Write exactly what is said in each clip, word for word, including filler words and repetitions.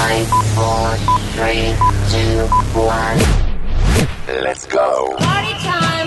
five, four, three, two, one. Let's go. Party time.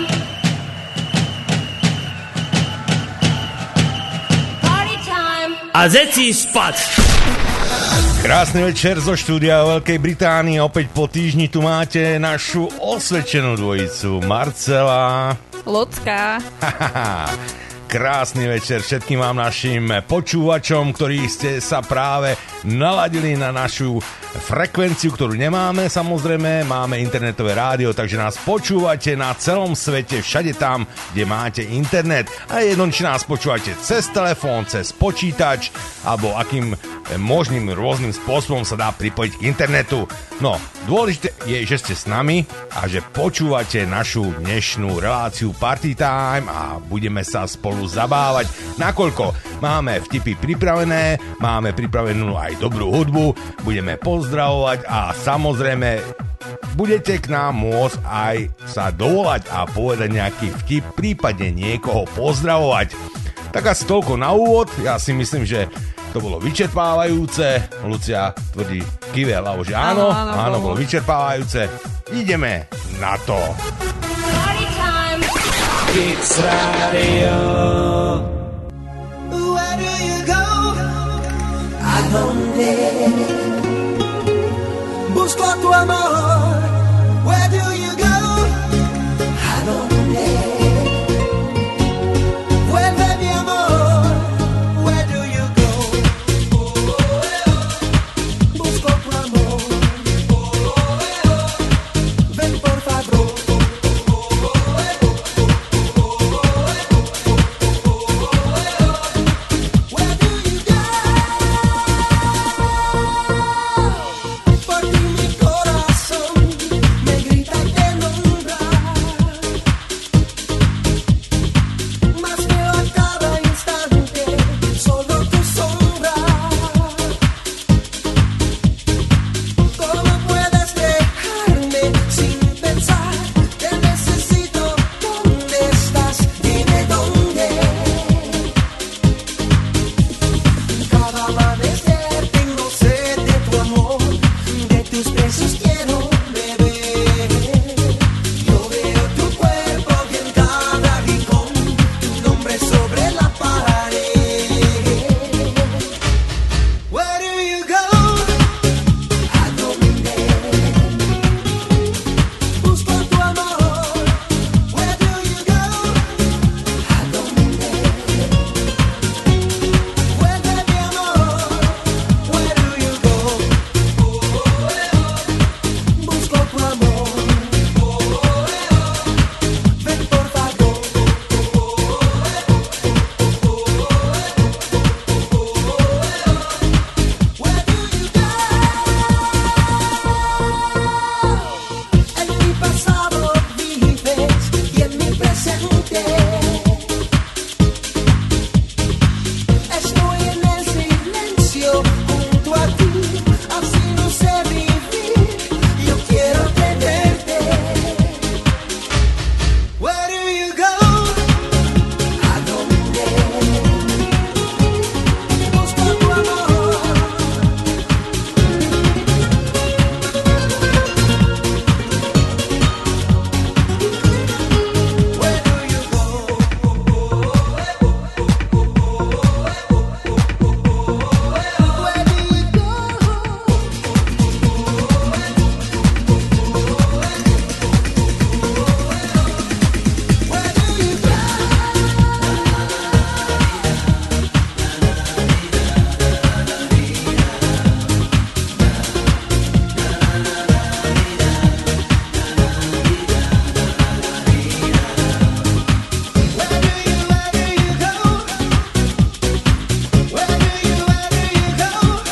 Party time. A zeci spať. Krásny večer zo štúdia Veľkej Británie. Opäť po týždni tu máte našu osvedčenú dvojicu Marcela, Lucka. Krásny večer všetkým vám našim počúvačom, ktorí ste sa práve naladili na našu frekvenciu, ktorú nemáme, samozrejme, máme internetové rádio, takže nás počúvate na celom svete, všade tam, kde máte internet. A jedno, či nás počúvate cez telefón, cez počítač, alebo akým možným rôznym spôsobom sa dá pripojiť k internetu. No, dôležité je, že ste s nami a že počúvate našu dnešnú reláciu Party Time a budeme sa spolu zabávať. Nakoľko máme vtipy pripravené, máme pripravenú aj dobrú hudbu, budeme pozdravovať a samozrejme budete k nám môcť aj sa dovolať a povedať nejaký vtip, prípadne niekoho pozdravovať. Tak asi toľko na úvod, ja si myslím, že to bolo vyčerpávajúce. Lucia tvrdí kyve hlavou, že áno, áno, áno, áno bolo vyčerpávajúce. Ideme na to. Party time. Kicks Radio. Where do you go? ¿A dónde? Busco tu amor. Where do you go? ¿A dónde? Vuelve mi amor. Where do you go? Busco tu amor. Ven por favor. Where do you go? Por ti mi corazón me grita y te nombra. Más veo a cada instante solo tu sombra. ¿Cómo puedes dejarme sin pensar? Te necesito. ¿Dónde estás? Dime dónde. Cada amanecer tengo sed de tu amor, de tus besos quiero beber. Yo veo tu cuerpo y en cada rincón tu nombre sobre la pared. Where do you go? ¿A dónde? Busco tu amor. Where do you go? ¿A dónde? Vuelve mi amor. Where do you go? Busco tu amor. Ven por favor. Where do you go? En mi pasado vives y en mi presente. Estoy en el silencio junto a ti, así no sé vivir. Yo quiero tenerte. Where do you go? ¿A dónde? Busco tu amor. Where do you go? Where do you go? Where do you go? Where do you, where do you go? Where do you, where do you go?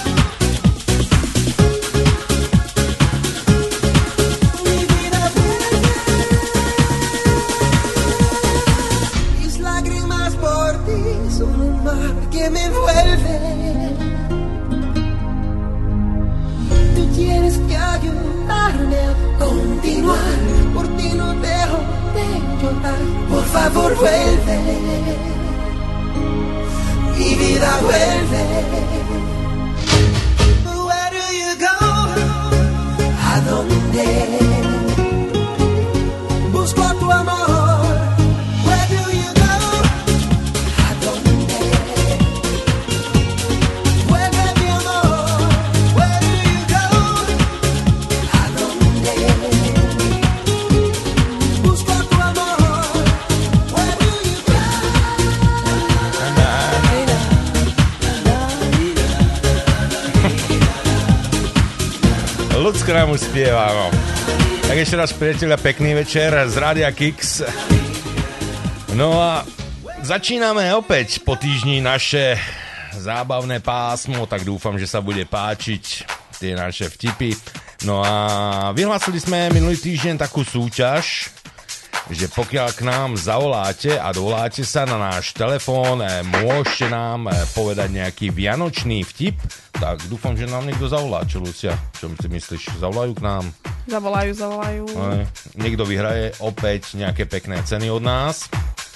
Mi vida vuelve. Mis lágrimas por ti son un mar que me envuelve. Tú tienes que ayudarme a continuar. Por ti no dejo de llorar. Por favor vuelve. Mi vida vuelve. Where do you go? Ľudsko nám uspieva, no. Tak ešte raz, priateľa, pekný večer z Rádia Kix. No a začíname opäť po týždni naše zábavné pásmo, tak dúfam, že sa bude páčiť tie naše vtipy. No a vyhlásili sme minulý týždeň takú súťaž, že pokiaľ k nám zavoláte a dovoláte sa na náš telefón, môžete nám povedať nejaký vianočný vtip, tak dúfam, že nám niekto zavolá. Čo, Lucia? Čo si myslíš? Zavolajú k nám? Zavolajú, zavolajú. No, niekto vyhraje opäť nejaké pekné ceny od nás.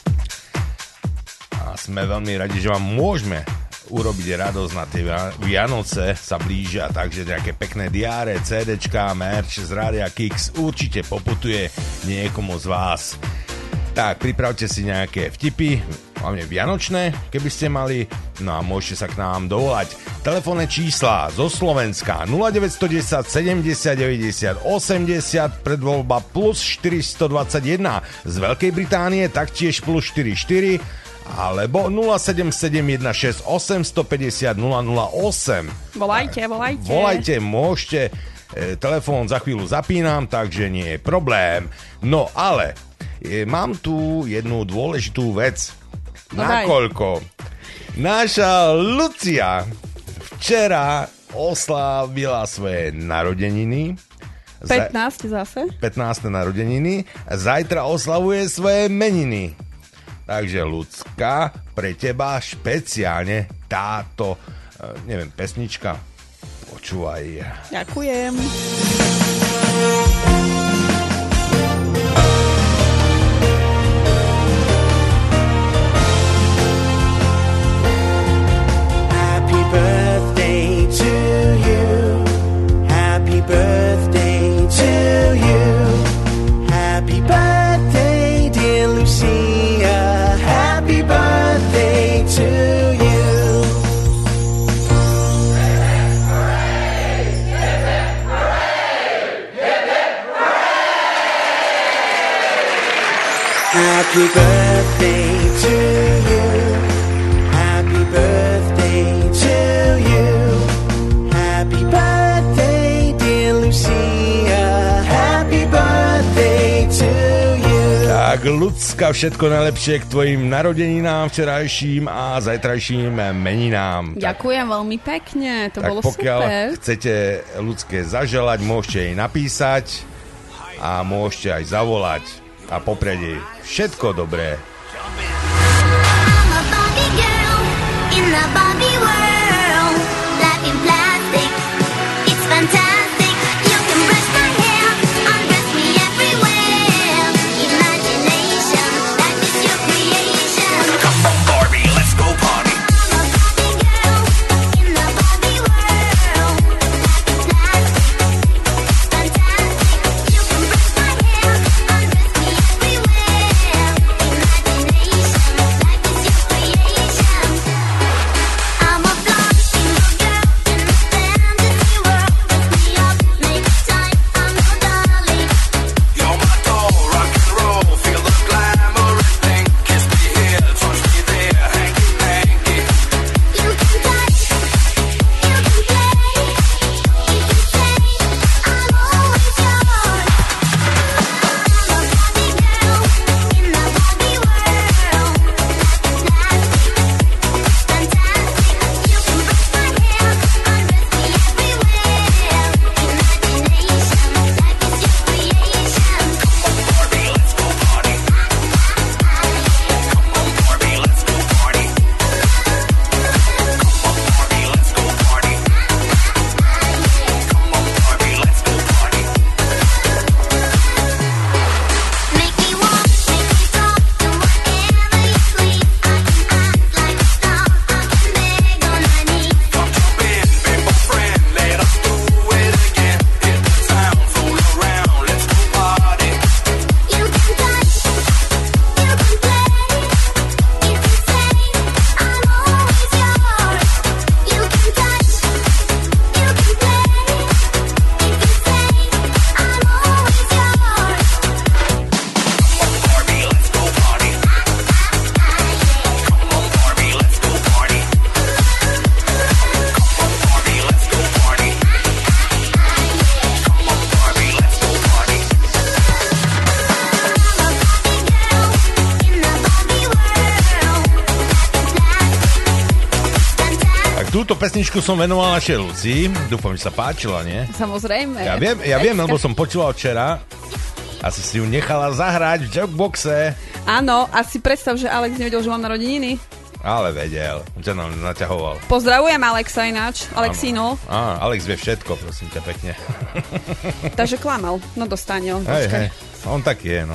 A sme veľmi radi, že vám môžeme urobiť radosť na tie Vianoce, sa blížia, takže nejaké pekné diáre, CDčka, merch z Rádia Kix určite poputuje niekomu z vás. Tak, pripravte si nejaké vtipy, hlavne vianočné, keby ste mali, no a môžete sa k nám dovolať. Telefónne čísla zo Slovenska nula deväť jedna nula sedemdesiat deväťdesiat osemdesiat, predvoľba plus štyri dva jeden, z Veľkej Británie taktiež plus štyri štyri, alebo nula sedem sedem jeden šesť osem päť nula nula nula osem. Volajte, volajte. Volajte, môžete. E, telefón za chvíľu zapínam, takže nie je problém. No ale e, mám tu jednu dôležitú vec. No Nakoľko naša Lucia včera oslávila svoje narodeniny. pätnásť zase. pätnáste narodeniny. Zajtra oslavuje svoje meniny. Takže Ľudská, pre teba špeciálne táto, neviem, pesnička. Počúvaj. Ďakujem. Happy birthday to you. Happy birthday to you. Happy birthday, dear Lucia. Happy birthday to you. Happy birthday to you. Happy birthday to you. Happy birthday, dear Lucia. Happy birthday to you. Tak, Ľudská, všetko najlepšie k tvojim narodeninám včerajším a zajtrajším meninám. Ďakujem veľmi pekne, to tak bolo pokiaľ super. chcete Ľudské zaželať, môžete jej napísať a môžete aj zavolať a popriať jej všetko dobré. I'm a Barbie girl in the Barbie world. Life in plastic, it's fantastic. You can brush my hair, undress me everywhere. Imagination, life is your creation. Come on, Barbie, let's go party. I'm a Barbie girl in the Barbie world. Life in plastic, it's fantastic. You can brush my hair, undress me everywhere. Imagination, life is your creation. túto pesničku som venoval našej Lucii. Dúfam, že sa páčila, nie? Samozrejme. Ja viem, ja viem, lebo som počúval včera. Asi si ju nechala zahrať v jukeboxe. Áno, a si predstav, že Alex nevedel, že mám narodeniny. Ale vedel, že nám naťahoval. Pozdravujem Alexa ináč, Alexino. Á, Alex vie všetko, prosím ťa, pekne. Takže klamal, no dostane on. Hej, počkaj. hej, on taký je, no.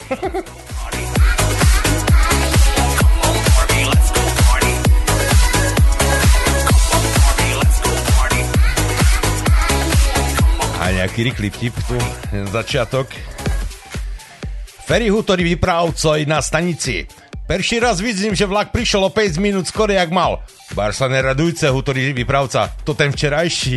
A nejaký rýchly vtip tu, začiatok. Ferry hutorí vyprávcoj na stanici. Perší raz vidím, že vlak prišiel o päť minút skôr, jak mal. Bar sa neradujúce, hutorí vyprávca. To ten včerajší.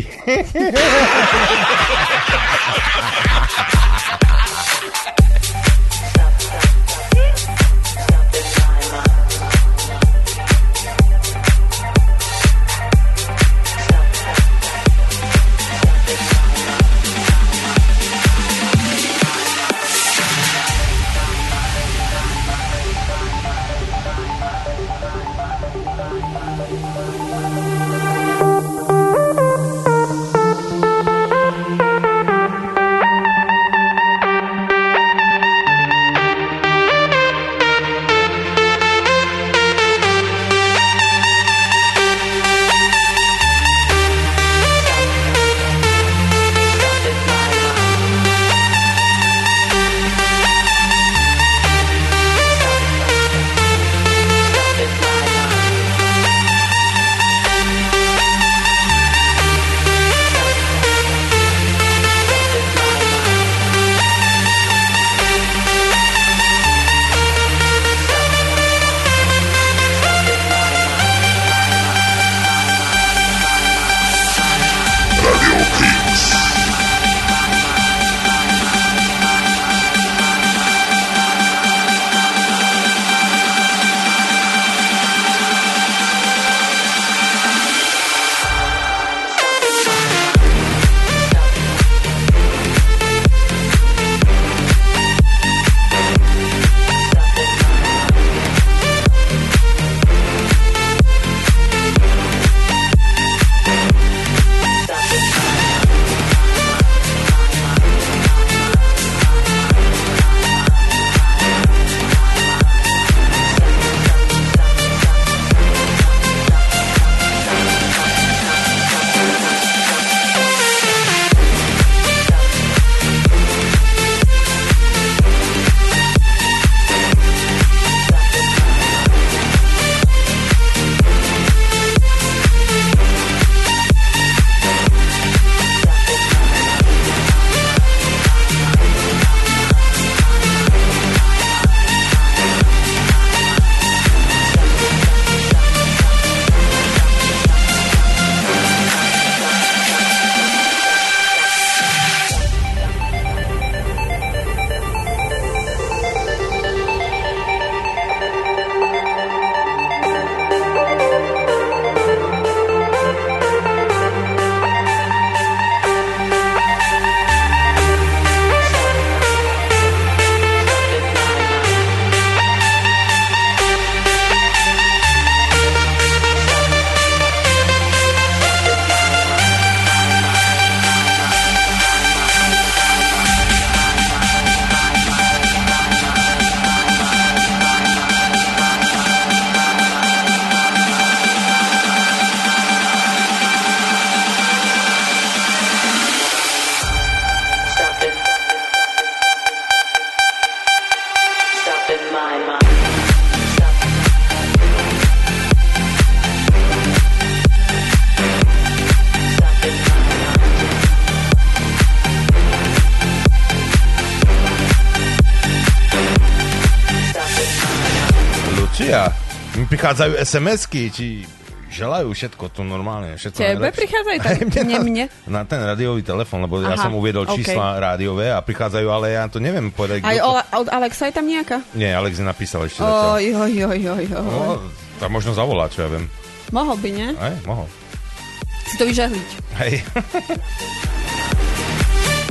Lucia, mi prichádzajú es em esky, či želajú všetko to normálne. Všetko Tebe najlepšie. prichádzajú tak? Nie mne. Na ten rádiový telefon, lebo ja Aha, som uviedol okay. čísla rádiové a prichádzajú, ale ja to neviem povedať. Aj kto to... o, od Alexa je tam nejaká? Nie, Alex napísal ešte zatiaľ. Oj, oj, oj, oj, oj. No, tak možno zavolá, čo ja viem. Mohol by, nie? Aj, mohol. Si to vyžahliť. Hej.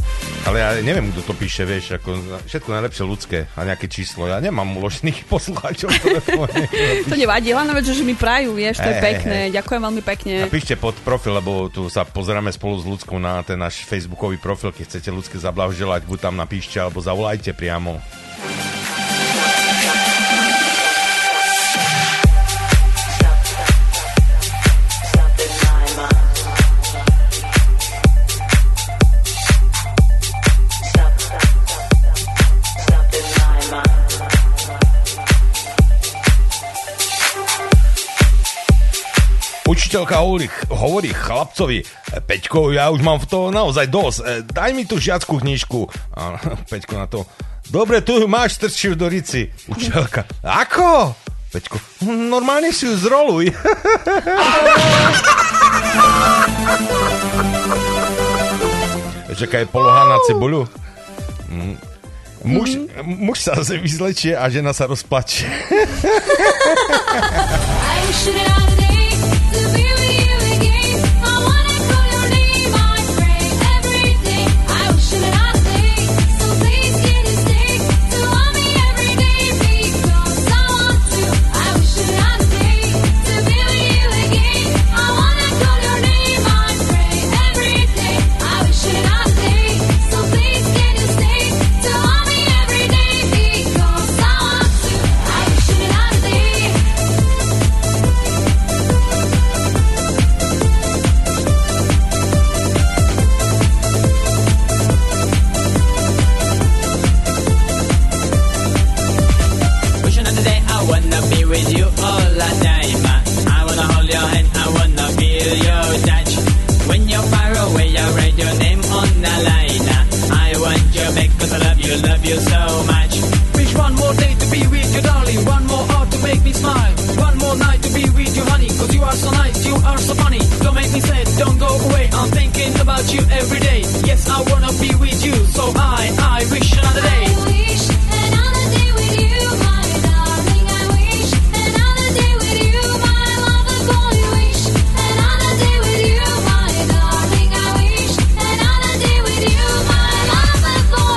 Ale ja neviem, kto to píše, vieš, ako všetko najlepšie ľudské a nejaké číslo. Ja nemám uložených poslucháčov v telefóne. To nevadí, len že mi prajú, vieš, to je Hej, pekné. hej. Ďakujem veľmi pekne. A píšte pod profil, lebo tu sa pozeráme spolu s ľudskou na ten náš facebookový profil. Keď chcete ľudské zablahoželať, buď tam napíšte, alebo zavolajte priamo. Učiteľka hovorí, hovorí chlapcovi: Peťko, ja už mám v toho naozaj dosť, daj mi tú žiackú knižku. A Peťko na to: dobre, tu ju máš, strčíš do rici. Učiteľka: ako? Peťko: normálne si ju zroluj. Čakaj, poloha na cibuľu. Muž, muž sa vyzlečie a žena sa rozplače. Love you so much. Wish one more day to be with you, darling. One more hour to make me smile. One more night to be with you, honey. Cause you are so nice, you are so funny. Don't make me sad, don't go away. I'm thinking about you every day. Yes, I wanna be with you. So I, I wish another day. I wish another day with you, my darling. I wish another day with you, my lover boy. Wish another day with you, my darling. I wish another day with you, my lover boy.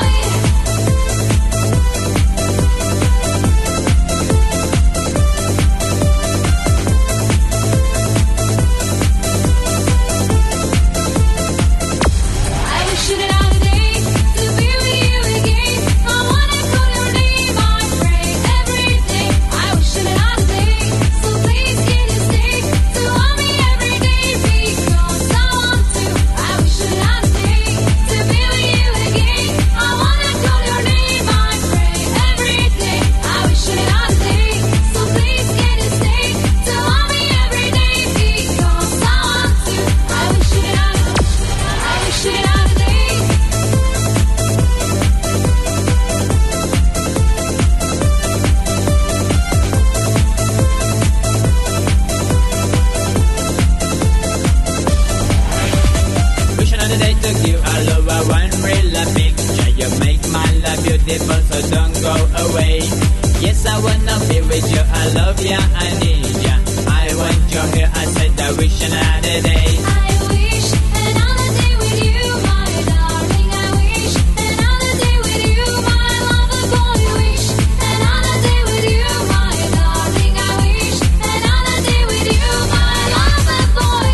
beautiful, so don't go away. Yes, I wanna be with you, I love ya, I need ya. I want you here, I said I wish another day. I wish another day with you, my darling. I wish another day with you, my lover boy. Wish another day with you, my darling. I wish another day with you, my lover boy.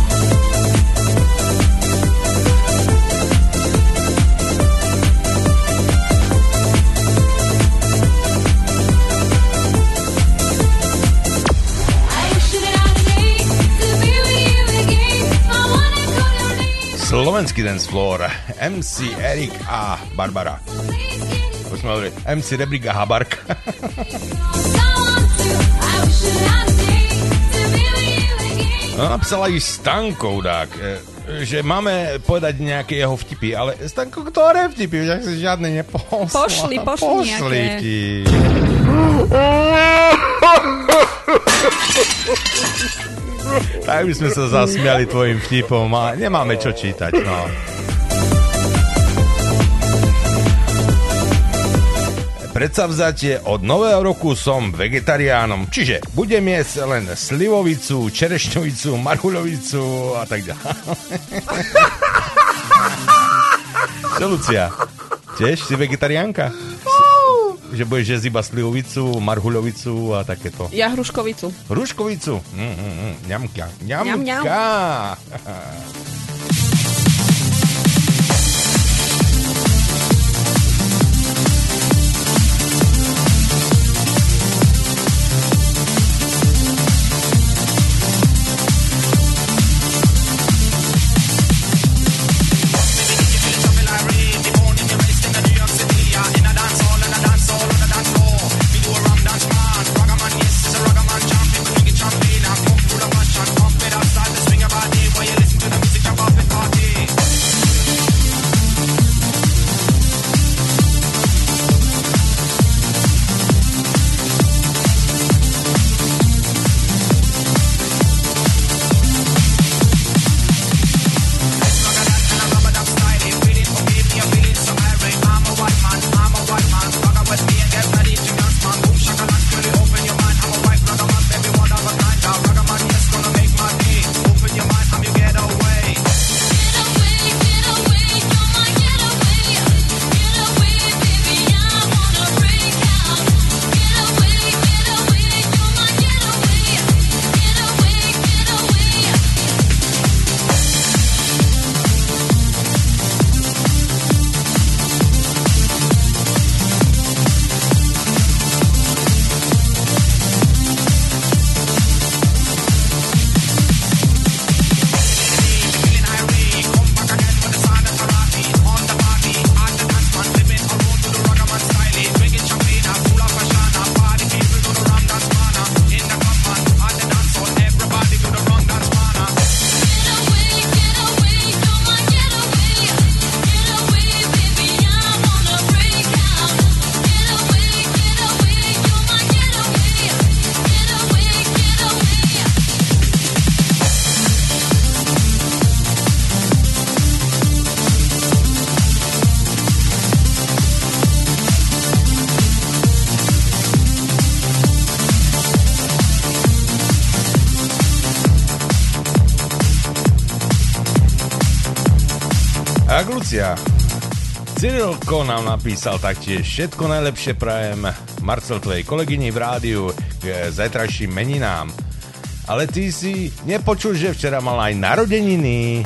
Slovenský dance floor, em cé Erik a Barbara. Už sme hovorili, em cé Rebrík a Habarka. No, napísala i Stanko, tak, že máme povedať nejaké jeho vtipy, ale Stanko, ktoré vtipy? Už si žiadne neposlal. Pošli, pošli Pošli nejaké. ti. Tak by sme sa zasmiali tvojim vtipom a nemáme čo čítať, no. Predsavzatie, od nového roku som vegetariánom, čiže budem jesť len slivovicu, čerešňovicu, marhuľovicu a tak ďalej. Čo, Lucia? Tiež si vegetariánka? Že budeš jesť iba slivovicu, marhuľovicu a takéto. Ja hruškovicu. Hruškovicu? Mm, mm, mm. Ňamka. Ňamka. Ňam, ňam. Tak, Lucia. Cyrilko nám napísal taktiež všetko najlepšie prajem Marcel tvojej kolegyni v rádiu k zajtrajším meninám. Ale ty si nepočul, že včera mal aj narodeniny.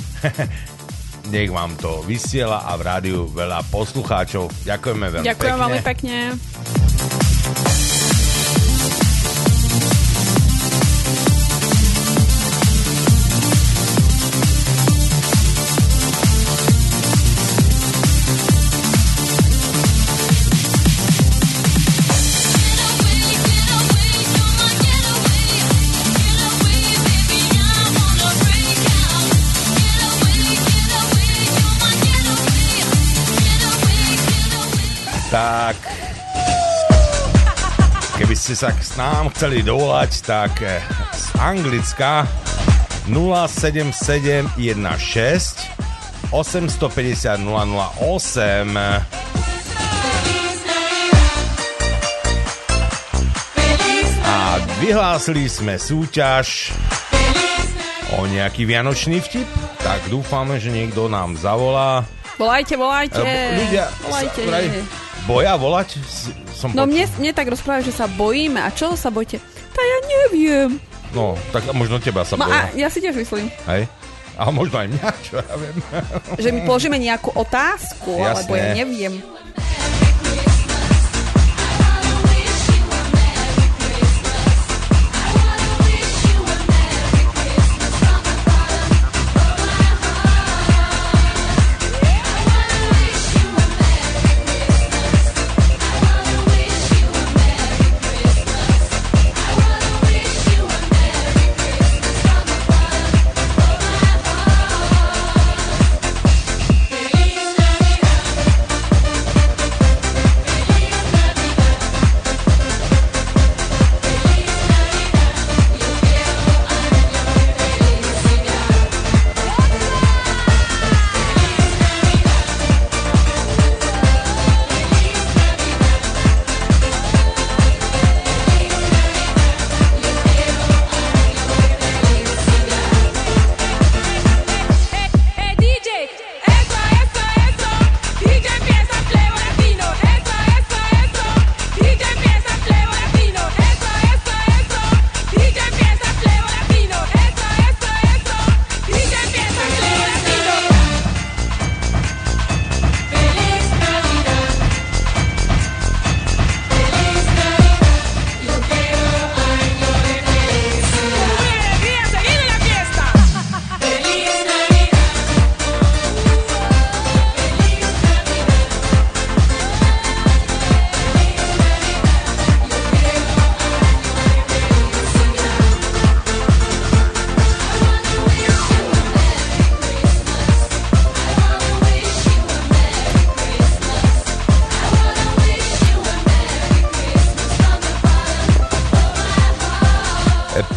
Nech vám to vysiela a v rádiu veľa poslucháčov. Ďakujeme veľmi Ďakujem pekne. veľmi pekne. Tak, keby ste sa k nám chceli dovolať, tak z Anglicka nula sedem sedem jedna šesť osem päť nula nula nula osem. A vyhlásili sme súťaž o nejaký vianočný vtip, tak dúfame, že niekto nám zavolá. Volajte, volajte. Ľudia volajte. sa vraj boja volať? Som No počul. mne, mne tak rozprávajú, že sa bojíme. A čo sa bojte? To ja neviem. No, tak možno teba sa No boja. a ja si tiež myslím, Hej? A možno aj mňa, čo ja viem. že mi položíme nejakú otázku, Jasné. alebo ja neviem.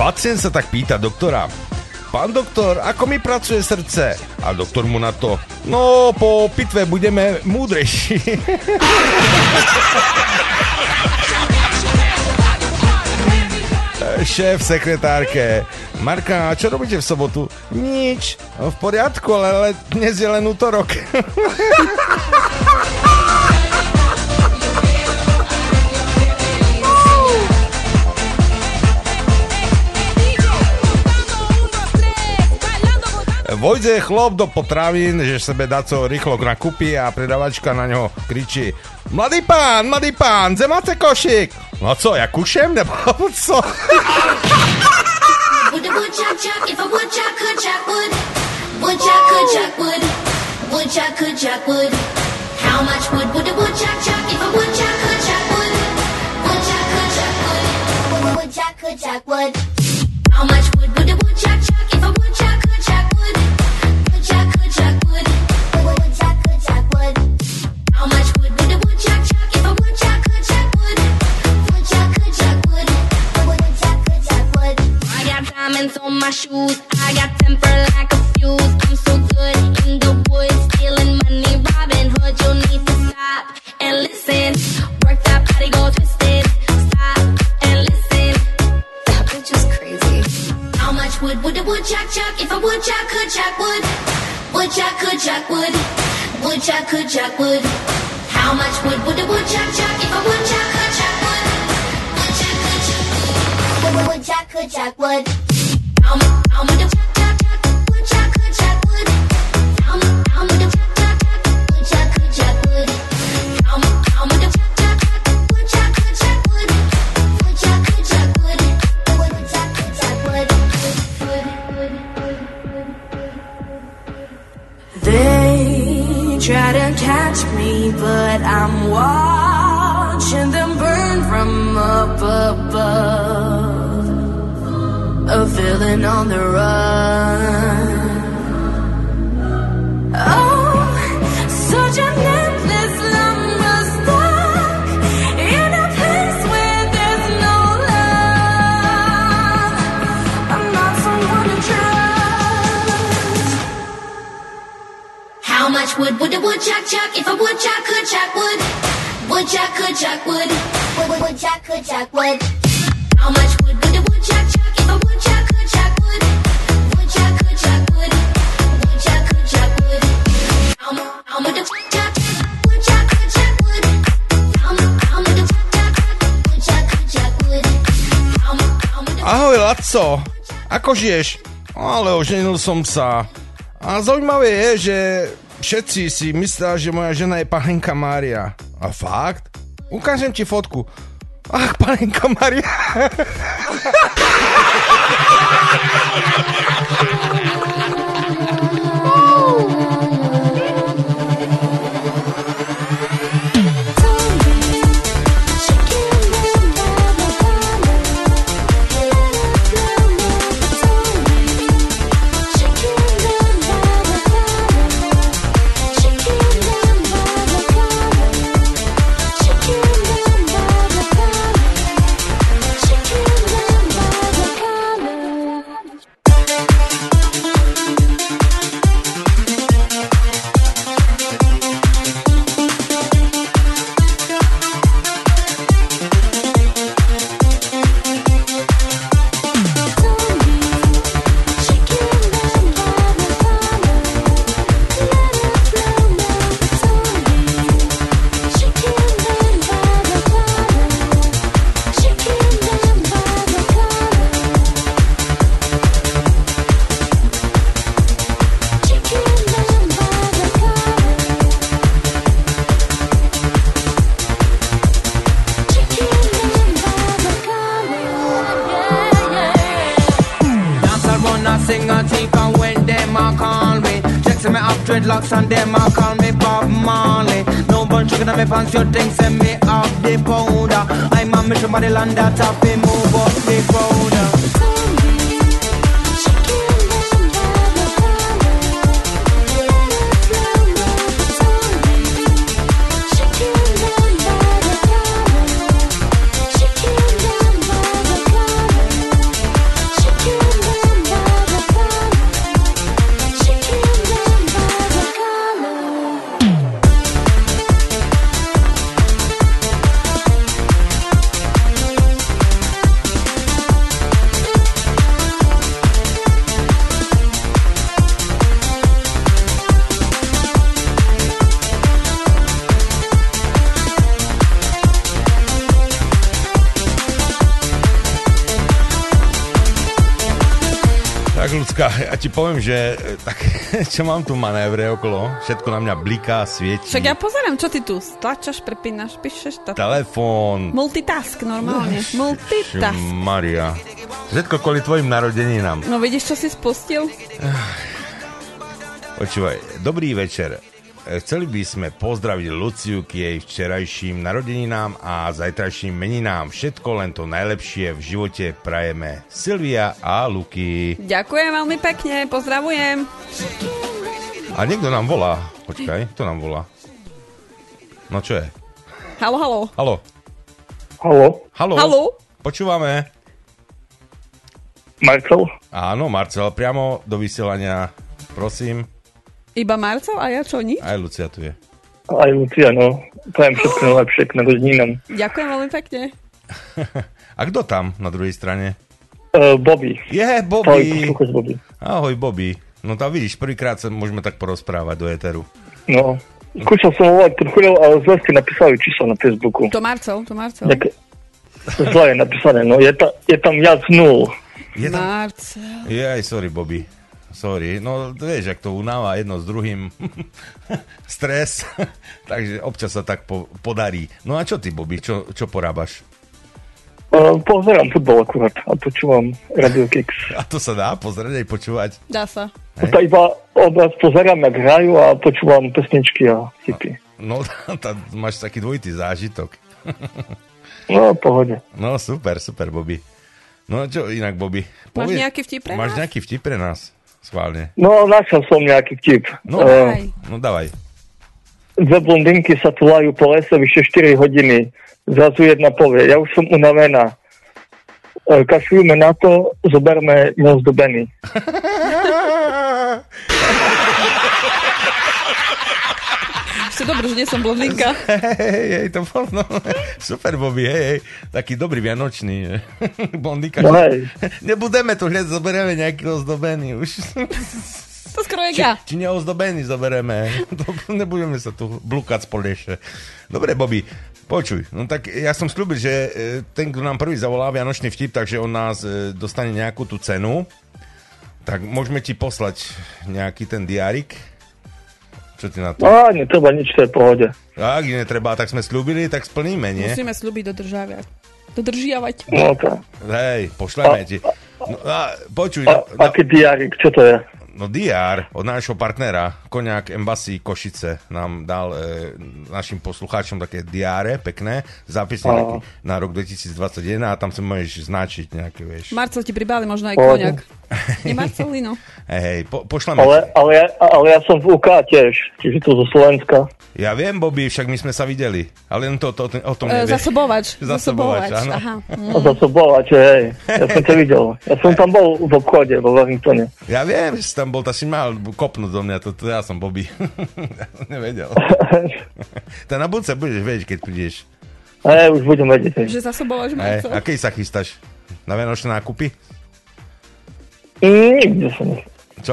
Pacient sa tak pýta doktora: pán doktor, ako mi pracuje srdce? A doktor mu na to: no, po pitve budeme múdrejší. Šéf sekretárke: Marka, čo robíte v sobotu? Nič, v poriadku, ale dnes je len útorok. Vojde chlop do potravín, že sebe daco rýchlo nakúpi a predavačka na ňo kričí: mladý pán, mladý pán, kde máte košík? No co, ja kušem, nebo co? Would a woodchuck chuck if a woodchuck could chuck wood? Woodchuck could chuck wood. Woodchuck could chuck wood. How much wood would a woodchuck chuck if a woodchuck could chuck wood? Woodchuck could chuck wood. Woodchuck could chuck wood. How much wood would a woodchuck chuck if a woodchuck could chuck wood? Woodchuck could chuck wood. Woodchuck could chuck wood. How much wood would a woodchuck chuck if a woodchuck could chuck wood? Woodchuck could chuck wood. Woodchuck could chuck wood. I got diamonds on my shoes. I got temper like a fuse. I'm so good in the woods, stealing money, Robin Hood. You need to stop and listen. Work that body, go twisted. Stop and listen. That bitch is crazy. How much wood would a woodchuck chuck if a woodchuck could chuck wood? Woodchuck could chuck wood. Woodchuck could chuck wood. How much wood would a woodchuck chuck if a woodchuck could chuck wood? Woodchuck could chuck wood. Woodchuck could chuck wood. How much? How much? Woodchuck could chuck wood. How much? How much? Woodchuck could chuck wood. How much? How much? Woodchuck could chuck wood. Woodchuck could chuck wood. Woodchuck could chuck wood. They try to catch me, but I'm watching them burn from up above. A villain on the run. Oh, such an endless lumber stuck in a place where there's no love. I'm not someone to trust. How much wood would a woodchuck chuck if a woodchuck could chuck wood? Woodchuck could chuck wood. Woodchuck could chuck wood. How much wood would a woodchuck chuck if a woodchuck could chuck wood? Woodchuck could chuck wood. Woodchuck could chuck wood. How much? How much? Woodchuck could chuck wood. How much? How much? Woodchuck could chuck wood. How much? How much? Ahoj, Laco, ako žiješ? Ale oženil som sa. A zaujímavé je, že všetci si myslia, že moja žena je panenka Mária. A fakt? Ukážem ti fotku. Ach, panenka Mária. Dreadlocks and them a call me Bob Marley. No bunch chicken on me pants, you think send me off the powder. I'm a mission body land that top, me move up the powder. Zuzka, ja ti poviem, že tak, čo mám tu manévre okolo, všetko na mňa bliká, svieti. Však ja pozerám, čo ty tu stlačaš, prepínaš, píšeš to. Telefón. Multitask normálne. Multitask. Maria. Všetko kvôli tvojim narodeninám. No vidíš, čo si spustil? Počúvaj, dobrý večer. Chceli by sme pozdraviť Luciu k jej včerajším narodeninám a zajtrajším meninám. Všetko len to najlepšie v živote prajeme. Silvia a Luky. Ďakujem veľmi pekne, pozdravujem. A niekto nám volá. Počkaj, kto nám volá? No čo je? Haló, haló. Haló. Haló. Haló. Haló. Počúvame. Marcel? Áno, Marcel, priamo do vysielania. Prosím. Iba Marcel a ja čo, nič? Aj Lucia tu je. Aj Lucia, no. Prajem všetko najlepšie k narodeninám. Ďakujem veľmi pekne. A kto tam na druhej strane? Uh, Bobby. Je, Bobby. Ahoj, poslúchač Bobby. Ahoj, Bobby. No tam vidíš, prvýkrát sa môžeme tak porozprávať do éteru. No. Skúšal som volať pred chvíľou, ale zle ste napísali číslo na Facebooku. To Marcel, to Marcel. Nejaké... Zle je napísané, no. Je, ta, je tam viac nul. Je tam... Marcel. Je aj, sorry, Bobby. Sorry, no vieš, ak to unáva jedno s druhým stres, takže občas sa tak po, podarí. No a čo ty, Bobby, čo, čo porábaš? Uh, pozerám futbol akurát a počúvam Radio Kicks. A to sa dá pozrieť aj počúvať? Dá sa. Hej. To iba obraz pozerám, jak hrajú a počúvam pesničky a tipy. No, tá, máš taký dvojitý zážitok. No, pohode. No, super, super, Bobby. No, čo inak, Bobby? Máš Povie... nejaký vtip pre Máš nás? nejaký vtip pre nás? Schválne. No, našiel som nejaký vtip. No, Uh, no dávaj. Dve blondinky sa tulajú po lese vyše štyri hodiny. Zrazu jedna povie, ja už som unavená. E, Kašľujme na to, zoberme neozdobený. Ešte dobré, že nie som blondinka. Hej, hej, to bol, no, super, Bobby, hej, hej, taký dobrý vianočný. Blondinka. No hej. Nebudeme tu hneď, zoberieme nejaký ozdobený už. To skoro je Či, ja. či neozdobený zoberieme. Nebudeme sa tu blúkať spolu ešte. Dobre, Bobby, počuj. No tak ja som slúbil, že ten, kto nám prvý zavolá vianočný vtip, takže on nás dostane nejakú tú cenu. Tak môžeme ti poslať nejaký ten diárik. Čo ty na to? Á, netreba nič, to je v pohode. Ak netreba, tak sme slúbili, tak splníme, nie? Musíme slúbiť dodržiavať. Dodržiavať. No to. Hej, pošleme ti. No, a, počuj. A, no, aký diárik, čo to je? No dé er od nášho partnera Koniak Embassy Košice nám dal e, našim poslucháčom také diáre pekné, zápisne na rok dvetisícdvadsaťjeden a tam sa môžeš značiť nejaké, vieš. Marcel ti pribáli možno aj koniak. Nie Marcelino. Hej, hej, po, pošleme Ale, ti. ale, ja, ale ja som v ú ká tiež, čiže to zo Slovenska. Ja viem, Bobby, však my sme sa videli, ale len to, to, to, o tom E, nevieš. zasobovač. Zasobovač, áno. Aha. A zasobovač, hej. Ja som to videl. Ja som tam bol v obchode vo Wellingtone. Ja viem, že si tam bol, ta si mal kopnúť do mňa, to, to ja som Bobby. Ja som nevedel. Tá na budúce budeš vedieť, keď prídeš. Hej, už budem vedieť. hej. Že zasobovač Hej, Marcel. a keď sa chystáš? Na vianočné nákupy? Nikde som. Čo?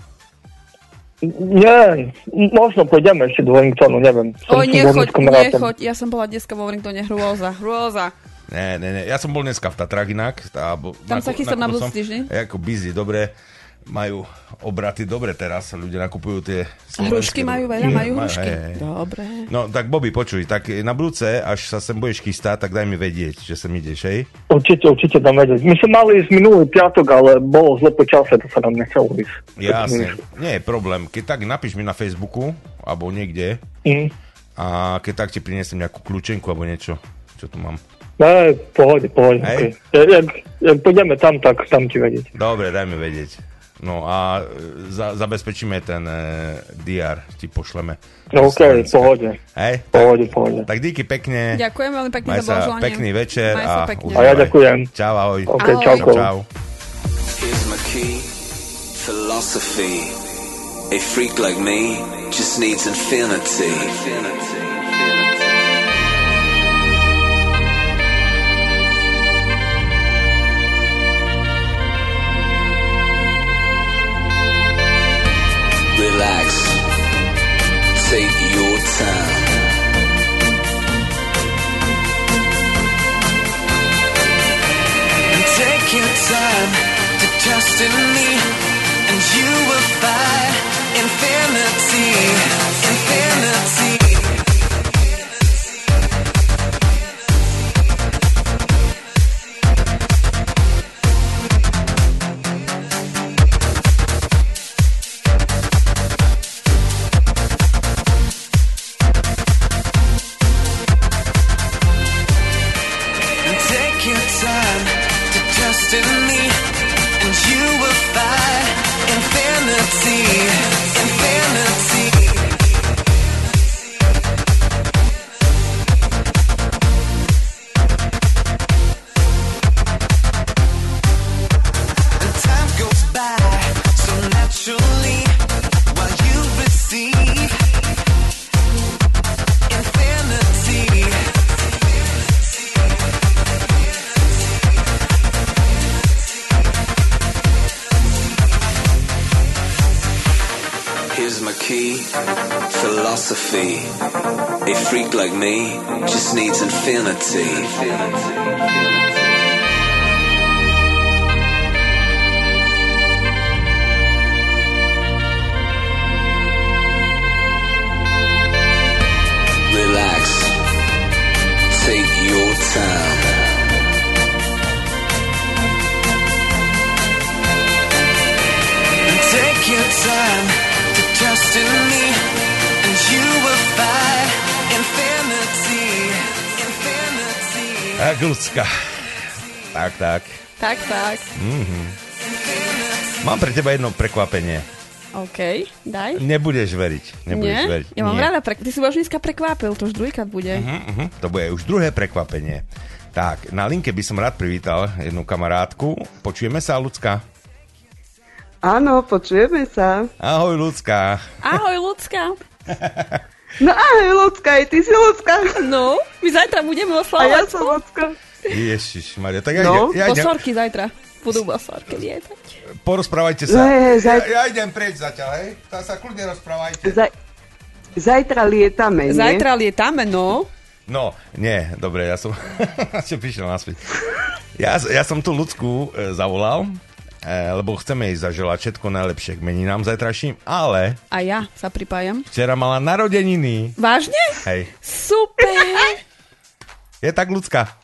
Nie, možno pôjdeme ešte do Wellingtonu, neviem. Som Oj, v nechoď, Wellingtonskom rátom. nechoď. Ja som bola dneska vo Wellingtone. Hrôza, hrôza. Ne, ne, ne. Ja som bol dneska v Tatrách inak. Tá, bo, Tam sa chystám na nakúpil budúci som. týždeň. Je ako busy, dobre. Majú obraty dobre teraz. Ľudia nakupujú tie Hrušky majú veľa, Nie, majú hrušky. hej, hej. Dobre. No, tak Bobby, počuj, tak na budúce, až sa sem budeš chystať, tak daj mi vedieť, že sem ideš, hej? Určite, určite dám vedieť. My sme mali ísť minulý piatok, ale bolo zle počasie, to sa nám nechcelo ísť. Jasne, nie je problém. Keď tak napíš mi na Facebooku, alebo niekde, Mm. a keď tak ti prinesem nejakú kľúčenku, alebo niečo, čo tu mám. Ne, pohode, pohode. Hej. Okay. Jak, jak pôjdeme tam, tak tam ti vedieť. Dobre, daj mi vedieť. No a e, za, zabezpečíme ten e, dé er, ti pošleme. No okej, Slovenska. pohode. Hej? Pohode, pohode. Tak díky pekne. Ďakujem veľmi pekne Maj za sa blahoželanie. pekný večer. Maj sa A, pekne. A ja ďakujem. Čau, ahoj. OK, Ahoj. čauko. Čau. Here's my key, philosophy. A freak like me just needs infinity. Relax, take your time. And take your time to trust in me. and you will find infinity, infinity. Philosophy. A freak like me just needs infinity. Relax. Take your time. Take your time to trust in me. You will find infinity, infinity. Tak, ľudská. Tak, tak. Tak, tak. Mm-hmm. Mám pre teba jedno prekvapenie. OK, daj. Nebudeš veriť. Nebudeš Nie? veriť. Ja mám Nie. rada, pre... ty si už dneska prekvápil, to už druhýkrát bude. Uh-huh, uh-huh. To bude už druhé prekvapenie. Tak, na linke by som rád privítal jednu kamarátku. Počujeme sa, ľudská? Áno, počujeme sa. Ahoj, ľudská. Ahoj, ľudská. No ahoj, ľudská, aj ty si ľudská. No, my zajtra budeme A oslavovať. ja som ľudská. Ježišmaria, tak ja No, idem. Ja idem. Bosorky zajtra. Budú bosorky lietať. Porozprávajte sa. Ne, zaj- ja, ja idem preč zatiaľ, hej? Tam sa kľudne rozprávajte. Zaj- Zajtra lietame, nie? Zajtra lietame, no. No, nie, dobre, ja som... Čo prišiel naspäť. Ja, ja som tú ľudskú e, zavolal, e, lebo chceme jej zaželať všetko najlepšie k meninám zajtrajším, ale A ja sa pripájam. včera mala narodeniny. Vážne? Hej. Super. Je tak, ľudská?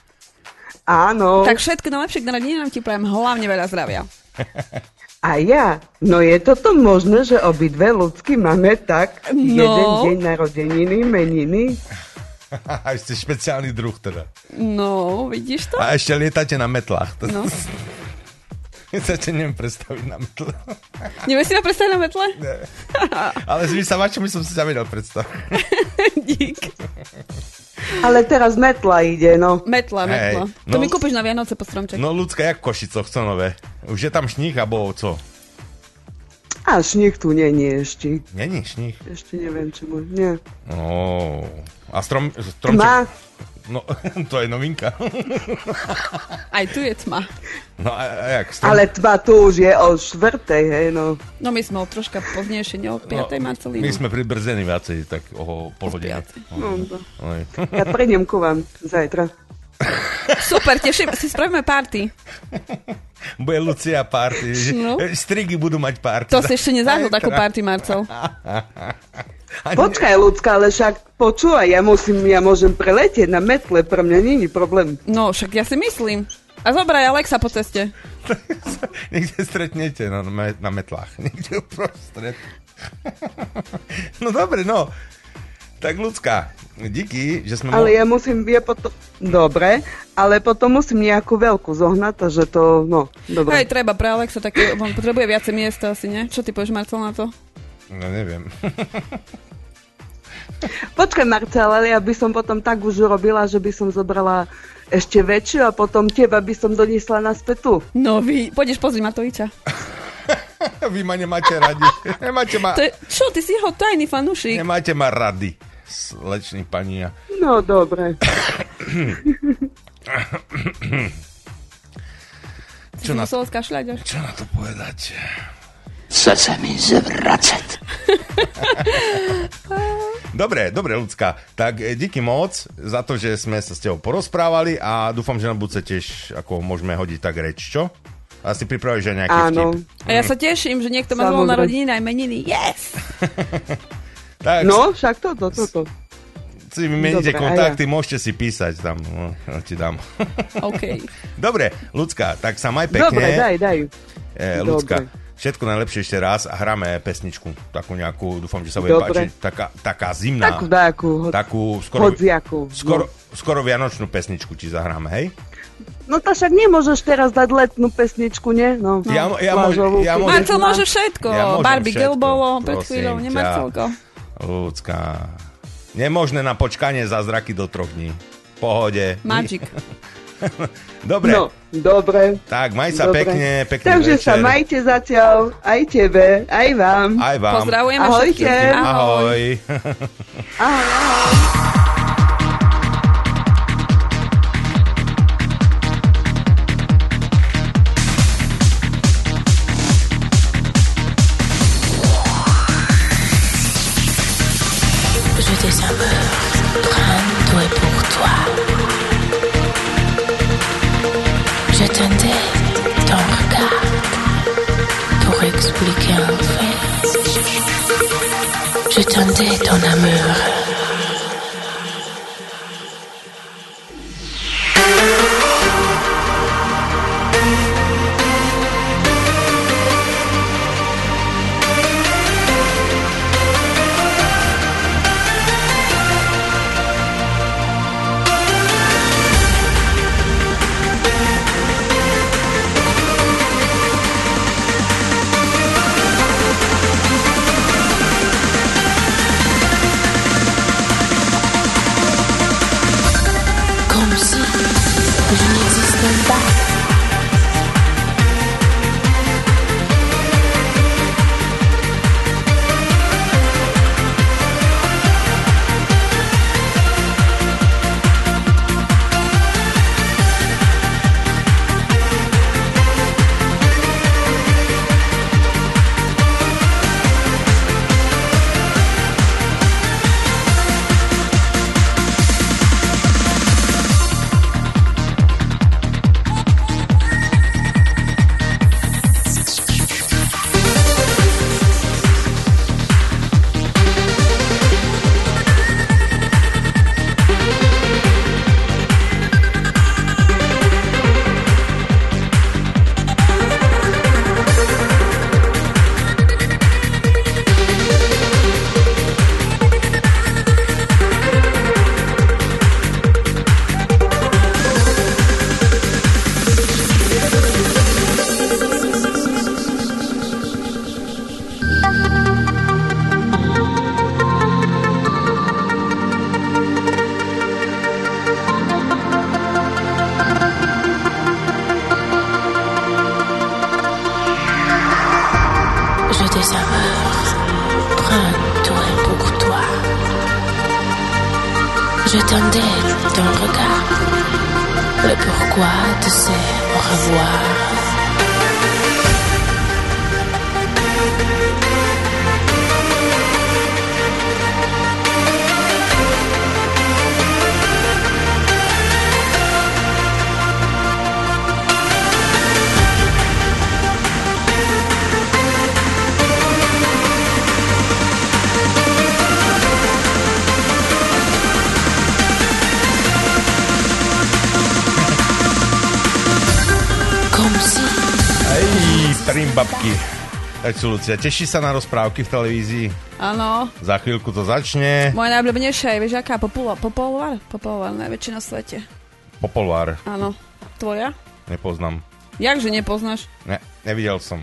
Áno. Tak všetko najlepšie k narodeninám ti prajem, hlavne veľa zdravia. A ja? No je toto možné, že obidve ľudsky máme tak No. jeden deň narodeniny, meniny? A ste špeciálny druh teda. No, vidíš to? A ešte lietate na metlách. No. Ja sa te neviem predstaviť na metle. Nevieš si ma predstaviť na metle? Ne. Ale s vysavačom som si sa vedel predstaviť. Dík. Ale teraz metla ide, no. Metla, metla. Hej, To no- mi kúpiš na Vianoce po stromček. No ľudská, jak v Košicoch, co nové? Už je tam šníh, abo co? A šníh tu nie, nie ešte. Není šníh. Ešte neviem, čo môj. Nie. No. A strom, stromček... Tma. No, to je novinka. Aj tu je tma. No a, a jak? Strom... Ale tma tu už je o štvrtej, hej, no. No my sme o troška pozdnejšie, nie o piatej No, Marcelínu. my sme pribrzdení viacej, tak o pol hodiny. No, no. Oj. Ja prídem ku vám zajtra. Super, teším, si spravíme party. Bude Lucia party. No. Strigy budú mať party. To si ešte nezažil takú party, Marcel. Počkaj, ľudská, ale však počúvaj, ja musím, ja môžem preletieť na metle, pre mňa nie je problém. No, však ja si myslím. A zobraj Alexa po ceste. Niekde stretnete na, na metlách. Niekde uprostred. No dobre, no. Tak ľudská, díky, že sme... Ale mo- ja musím, ja potom, dobre, ale potom musím nejakú veľkú zohnať, takže to, no, dobre. Hej, treba pre Alexa také, on potrebuje viacej miesta asi, nie? Čo ty povieš, Marcel, na to? No neviem. Počkaj, Marcel, ale ja by som potom tak už urobila, že by som zobrala ešte väčšiu a potom teba by som doniesla naspäť tu. No vy, pôjdeš pozrieť Matoviča. Vy ma nemáte radi. Nemáte ma... To je, čo, ty si jeho tajný fanúšik. Nemáte ma rady, sleční pania. No, dobre. Čo na... musel skašľať až. Čo na to povedať? Chce sa mi zvracať. Dobre, dobre, ľudská. Tak e, díky moc za to, že sme sa s tebou porozprávali a dúfam, že na budúce tiež ako môžeme hodiť tak reč, čo? Asi pripravíš aj nejaký Áno. vtip. A ja sa teším, že niekto má zvolil Samozrejme. narodeniny aj meniny. Yes! Tak, No, však toto, toto. si vymeníte Dobre, kontakty, môžete si písať tam. No, ja ti dám. OK. Dobre, Ľudská, tak sa maj pekne. Dobre, daj, daj. E, Ľudská, Dobre. všetko najlepšie ešte raz a hráme pesničku, takú nejakú, dúfam, že sa bude Dobre. páčiť. Taká, taká zimná. Takú dajakú, Takú skoro, hodziakú. skoro, skoro vianočnú pesničku ti zahráme, hej? No to však nemôžeš teraz dať letnú pesničku, nie? No, Ja- no, ja môžem- plážovú. ja môžem- Marcel môže všetko. Ja môžem Barbie všetko, Girl bolo pred prosím chvíľou, nie ťa. Marcelko. Ľudská. Nemožné na počkanie za zraky do troch dní. V pohode. Magic. Dobre. No, dobre. Tak, maj sa Dobre. pekne, pekný Takže večer. sa majte zatiaľ, aj tebe, aj vám. Aj vám. Pozdravujeme Ahojte. všetkých. Ahoj. Ahoj, ahoj. Je des amours, prends-toi pour toi. Je tendais ton regard pour expliquer un fait. Je tendais ton amour. Comme si je n'existais pas. Je des amours, prends-toi pour toi. Je tendais ton regard, le pourquoi de ces au revoir. Comme si Hej, primbabky. Tak sú, Lucia, teší sa na rozprávky v televízii? Áno. Za chvíľku to začne. Moja najobľúbenejšia je, vieš, aká? Popula- Popolvar? Popolvar, najväčší na svete. Popolvár. Áno. Tvoja? Nepoznám. Jakže nepoznáš? Ne, nevidel som.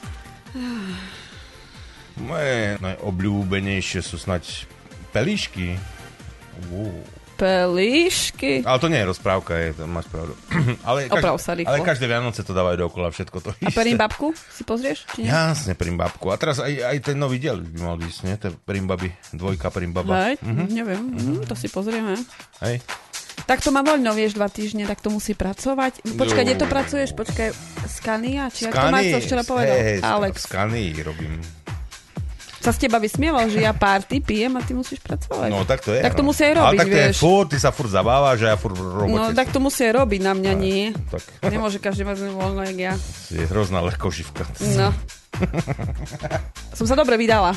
Moje najobľúbenejšie sú snať pelíšky. Uh. Pelíšky. Ale to nie je rozprávka, je, to máš pravdu. ale, Oprav sa rýchlo. ale každé Vianoce to dávajú dookola všetko to A isté. Perimbabku si pozrieš? Či nie? Jasne, Perimbabku. A teraz aj, aj ten nový diel by mal ísť, nie? Ten Perimbaby, dvojka Perimbaba. Hej, mm-hmm. neviem, mm, to si pozrieme. Hej. Tak to má voľno, vieš, dva týždne, tak to musí pracovať. Počkaj, kde to pracuješ? Počkaj, Scania? Či ako to Marcel včera povedal? Hej, Alex. Scanii robím. sa z teba vysmieval, že ja party pijem a ty musíš pracovať. No tak to je. Tak to no. musí aj robiť, ale tak to vieš. je furt, ty sa furt zabávaš, že ja furt v robote. No tak to musí aj robiť, na mňa nie. Tak. Nemôže každý mať voľno, jak ja. Je hrozná ľahkoživka. No. Som sa dobre vydala.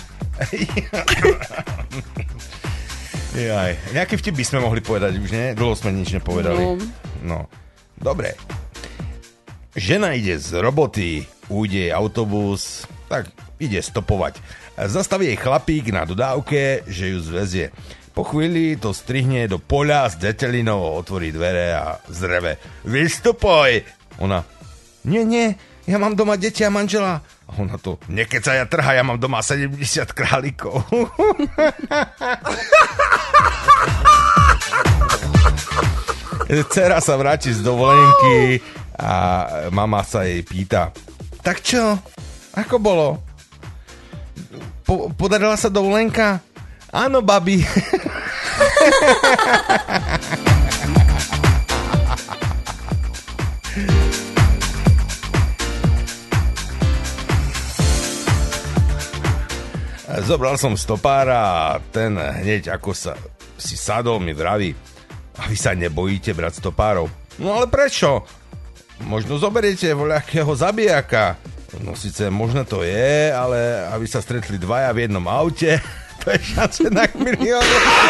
Jaj. Nejaký vtip by sme mohli povedať už, nie? Dlho sme nič nepovedali. No. No. Dobre. Žena ide z roboty, ujde jej autobus, tak ide stopovať. Zastaví jej chlapík na dodávke, že ju zvezie. Po chvíli to strihne do poľa s detelinou, otvorí dvere a zreve. Vystupoj! Ona, nie, nie, ja mám doma deti a manžela. A ona to, nekeca ja trha, ja mám doma sedemdesiat králikov. Dcera sa vráti z dovolenky a mama sa jej pýta, tak čo? Ako bolo? Po, podarila sa dovolenka? Áno, babi. Zobral som stopára a ten hneď ako sa si sadol mi vraví, a vy sa nebojíte brať stopárov? No ale prečo? Možno zoberiete voľakého zabijaka. No síce možno to je, ale aby sa stretli dvaja v jednom aute, to je šance na milión.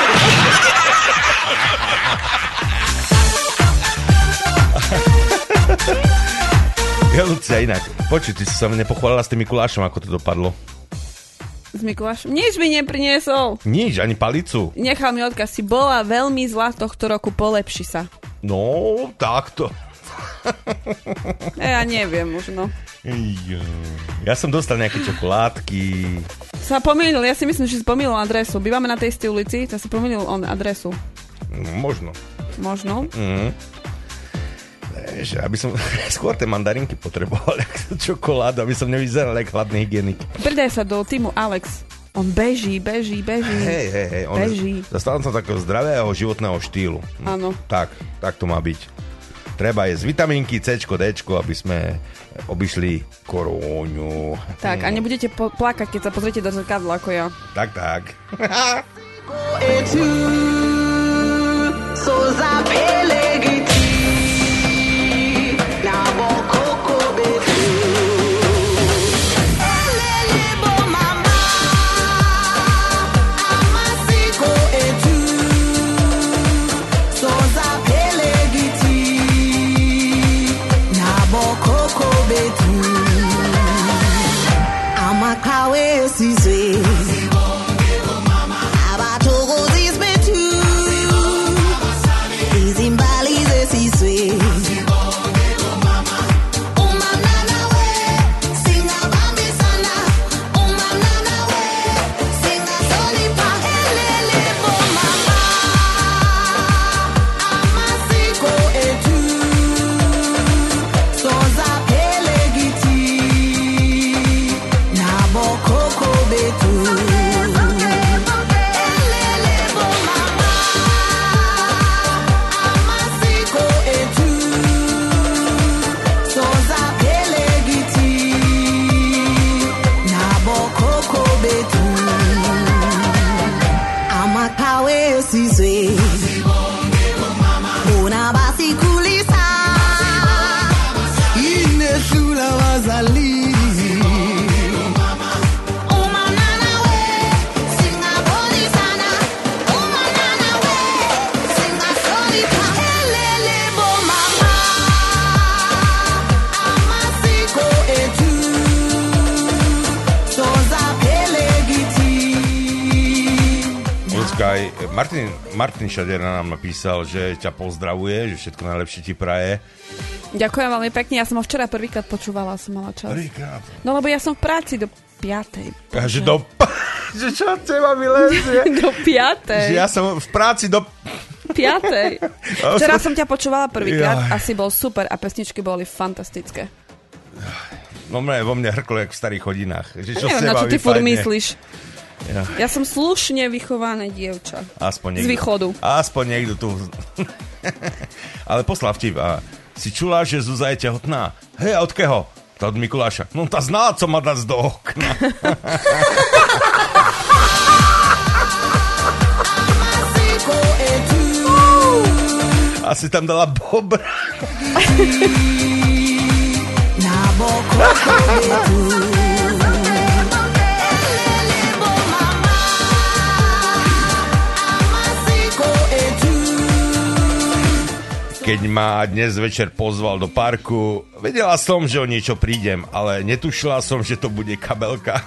Ja, Lucia, inak, počuj, ty si sa nepochválila s tým Mikulášom, ako to dopadlo. S Mikulášom? Nič mi nepriniesol. Nič, ani palicu. Nechal mi odkaz, si bola veľmi zlá tohto roku, polepši sa. No, takto. Ja neviem, možno. Ja som dostal nejaké čokoládky. Sa pomýlil, ja si myslím, že si pomýlil adresu. Bývame na tej istej ulici, tak si pomýlil on adresu. No, možno. Možno. Mhm. Že aby som skôr tie mandarinky potreboval, ako čokoládu, aby som nevyzeral ako hladný hygienik. Pridaj sa do týmu Alex. On beží, beží, beží. Hej, hej, hej. On beží. Zastávam sa takého zdravého životného štýlu. Áno. Tak, tak to má byť. Treba jesť vitamínky, Cčko, Dčko, aby sme obišli koróňu. Tak, a nebudete po- plakať, keď sa pozriete do zrkadla, ako ja. Tak, tak. Martin, Martin Šadera nám napísal, že ťa pozdravuje, že všetko najlepšie ti praje. Ďakujem veľmi pekne, ja som ho včera prvýkrát počúvala, som mala čas. Prvýkrát? No lebo ja som v práci do piatej. Ja, že do... že čo teba vylezie? Do piatej. Že ja som v práci do... piatej. Včera som ťa počúvala prvýkrát a si bol super a pesničky boli fantastické. No mne, vo mne hrklo, jak v starých hodinách. Že čo neviem, na čo ty furt myslíš. Ja. ja som slušne vychované dievča. Aspoň niekto, z východu. Aspoň niekto tu. Ale poslal vtip. A si čula, že Zuzá je tehotná? Hej, a od keho? To od Mikuláša. No tá znala, co ma dať do okna. Asi tam dala bobra. Keď ma dnes večer pozval do parku, vedela som, že o niečo prídem, ale netušila som, že to bude kabelka.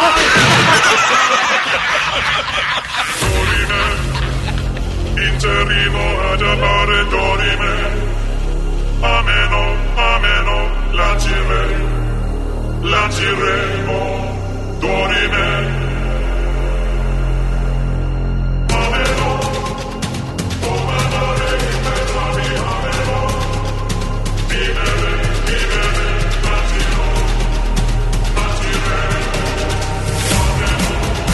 Interrimo ad amare dorime, ameno, ameno, lancire, lanciremo, dorime. Ameno, comandare per la mia ameno, vivere, vivere, lanciro, lanciremo, ameno.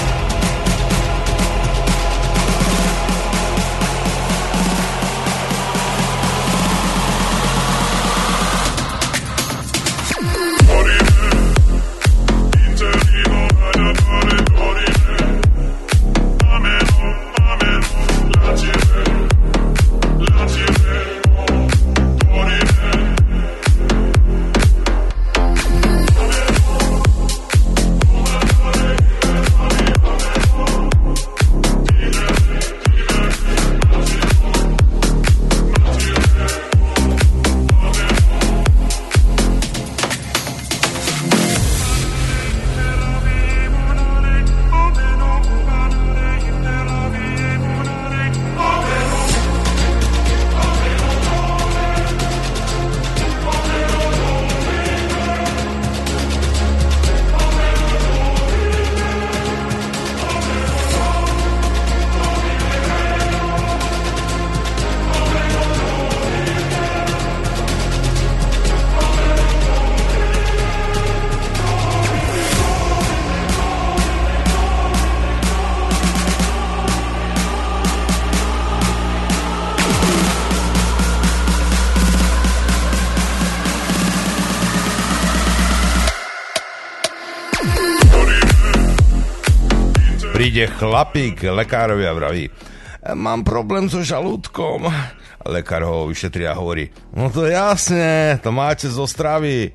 Príde chlapík lekárovi a vraví: mám problém so žalúdkom. Lekár ho vyšetrí a hovorí: no to je jasné, to máte z Ostravy.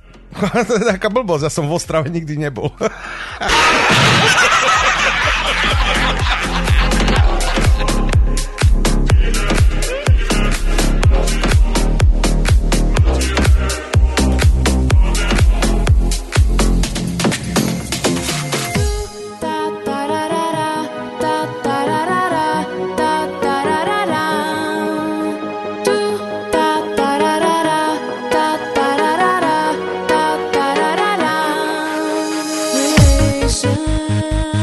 To je taká blbosť, ja som v Ostrave nikdy nebol. Relation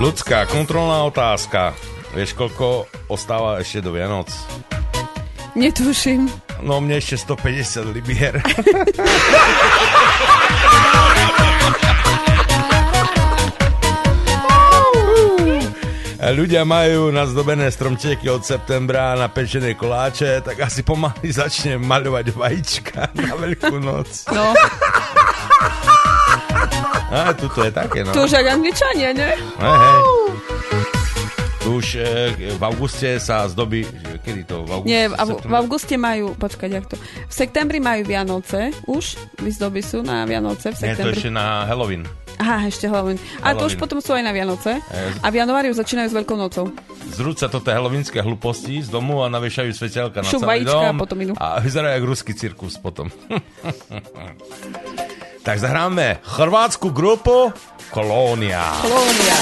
Ľudská, kontrolná otázka. Vieš, koľko ostáva ešte do Vianoc? Netuším. No, mne ešte stopäťdesiat libier. Ľudia majú nazdobené stromčeky od septembra na pečené koláče, tak asi pomaly začnem maľovať vajíčka na Veľkú noc. No. A tuto je také, no. Tu už aj Angličania, ne? Hej, hej. Tu už e, v auguste sa zdobí... Kedy to? V auguste? Nie, v, v auguste majú... Počkať, jak to? V septembri majú Vianoce už. Vyzdoby sú na Vianoce v septembri. Nie, to ešte na Halloween. Aha, ešte Halloween. A to už potom sú aj na Vianoce. A v januári už začínajú s Veľkou nocou. Zrúť sa toto halloweenské hlúposti z domu a naviešajú svetelka na Šup celý vajíčka dom. A potom idú. A vyzerá jak ruský cirkus potom. Tak zahráme chorvátsku grupu Kolónia. Kolónia.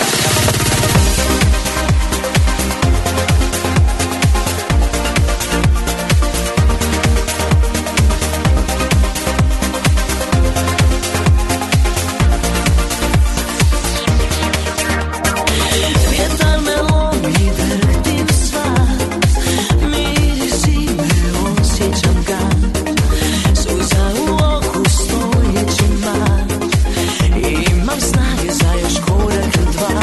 Imam snage za još korak dva.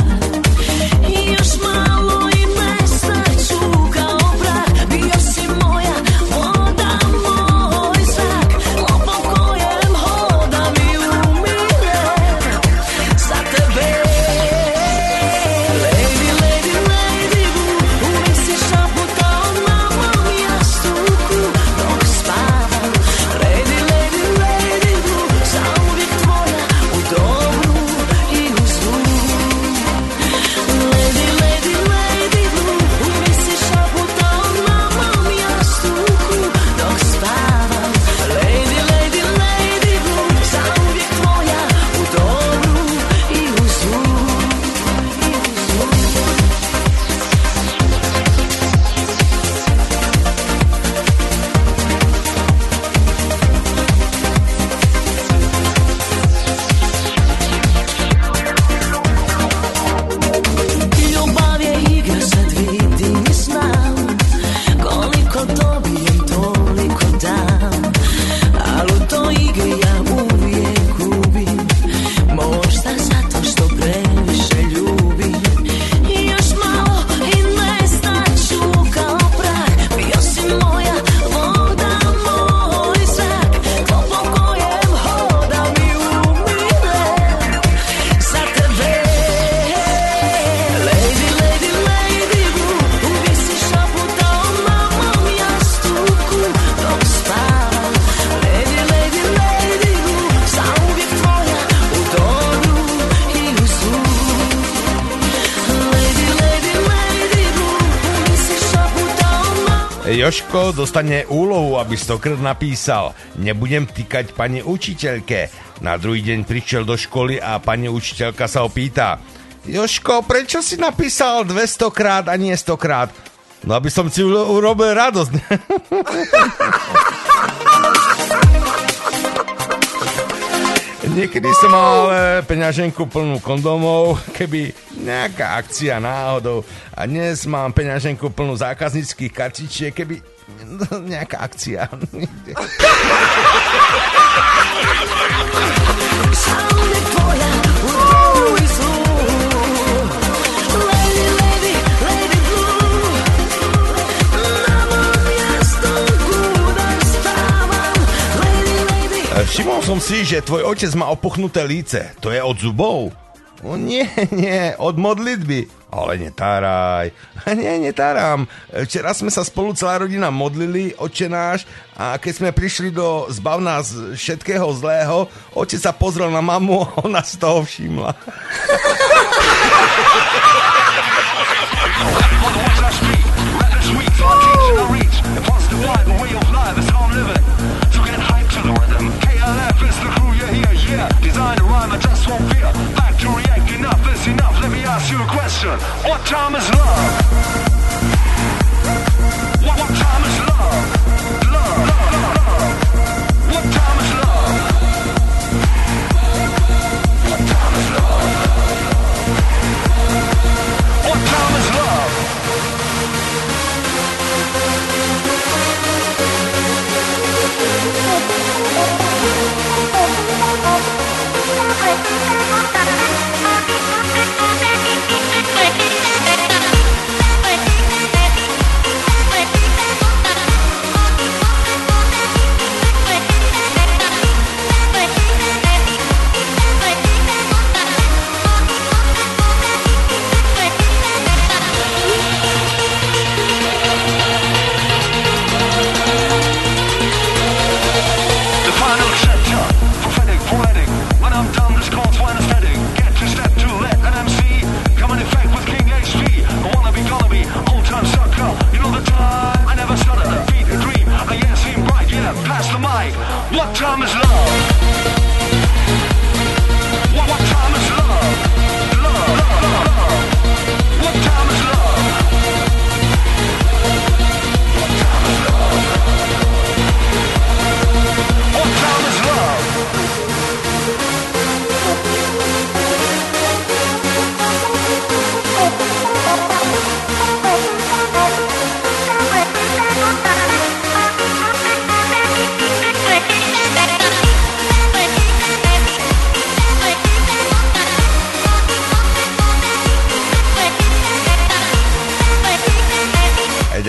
Jožko dostane úlohu, aby stokrát napísal: nebudem týkať pani učiteľke. Na druhý deň prišiel do školy a pani učiteľka sa ho pýta: Jožko, prečo si napísal dvestokrát a nie stokrát? No, aby som si u- urobil radosť. Niekedy som mal peňaženku plnú kondomov, keby nejaká akcia náhodou. A dnes mám peňaženku plnú zákazníckych kartičiek, keby nejaká akcia. Všimol som si, že tvoj otec má opuchnuté líce. To je od zubov? O nie, nie, od modlitby. Ale netáraj. Nie, netáram. Včera sme sa spolu celá rodina modlili, Otče náš, a keď sme prišli do zbav nás všetkého zlého, otec sa pozrel na mamu a ona z toho všimla. Design a rhyme, I just won't fear. Back to react, enough is enough. Let me ask you a question. What time is love? What, what time is love? Love, love, love. What time is love? What time is love?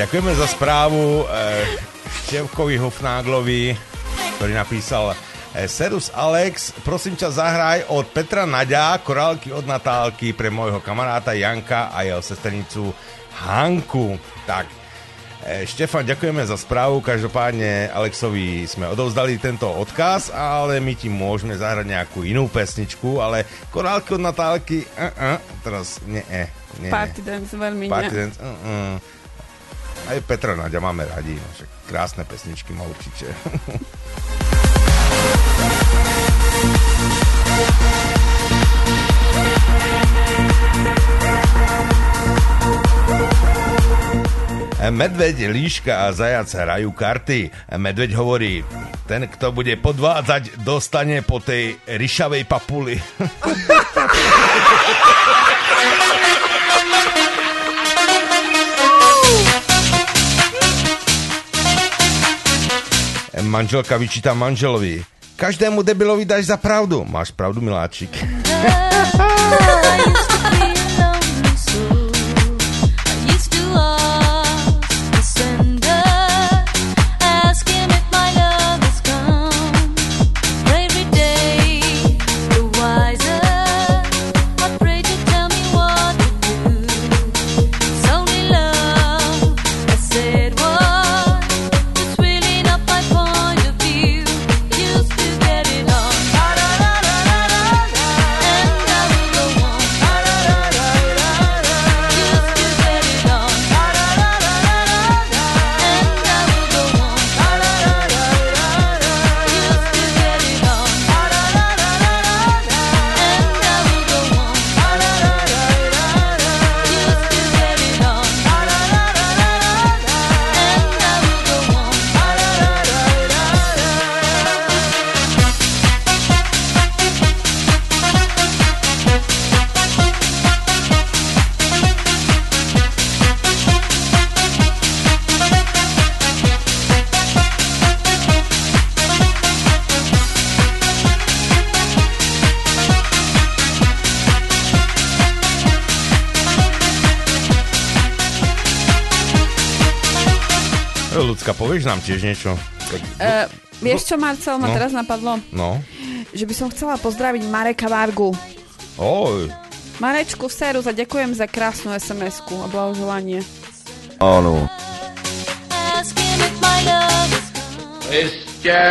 ďakujeme za správu e, Števkovi Hofnáglovi, ktorý napísal e, Serus Alex, prosím ťa zahraj od Petra Naďa korálky od Natálky pre môjho kamaráta Janka a jeho sesternicu Hanku. Tak, e, Štefan, ďakujeme za správu, každopádne Alexovi sme odovzdali tento odkaz, ale my ti môžeme zahrať nejakú inú pesničku, ale korálky od Natálky, uh, uh, teraz nie, nie. Party Dance, veľmi nie. Party Dance, uh, uh. Aj Petra Naďa máme radi, no, však krásne pesničky má určite. Medveď, líška a zajac hrajú karty. Medveď hovorí, ten, kto bude podvádzať, dostane po tej ryšavej papuli. Manželka vyčíta manželovi. Každému debilovi dáš za pravdu. Máš pravdu, miláčik. Ľudská, povieš nám tiež niečo? Uh, vieš čo, Marcel, ma no. teraz napadlo? No. Že by som chcela pozdraviť Mareka Vargu. Oj. Marečku, serus a ďakujem za krásnu es em esku a blahoželanie. Áno. Ešte.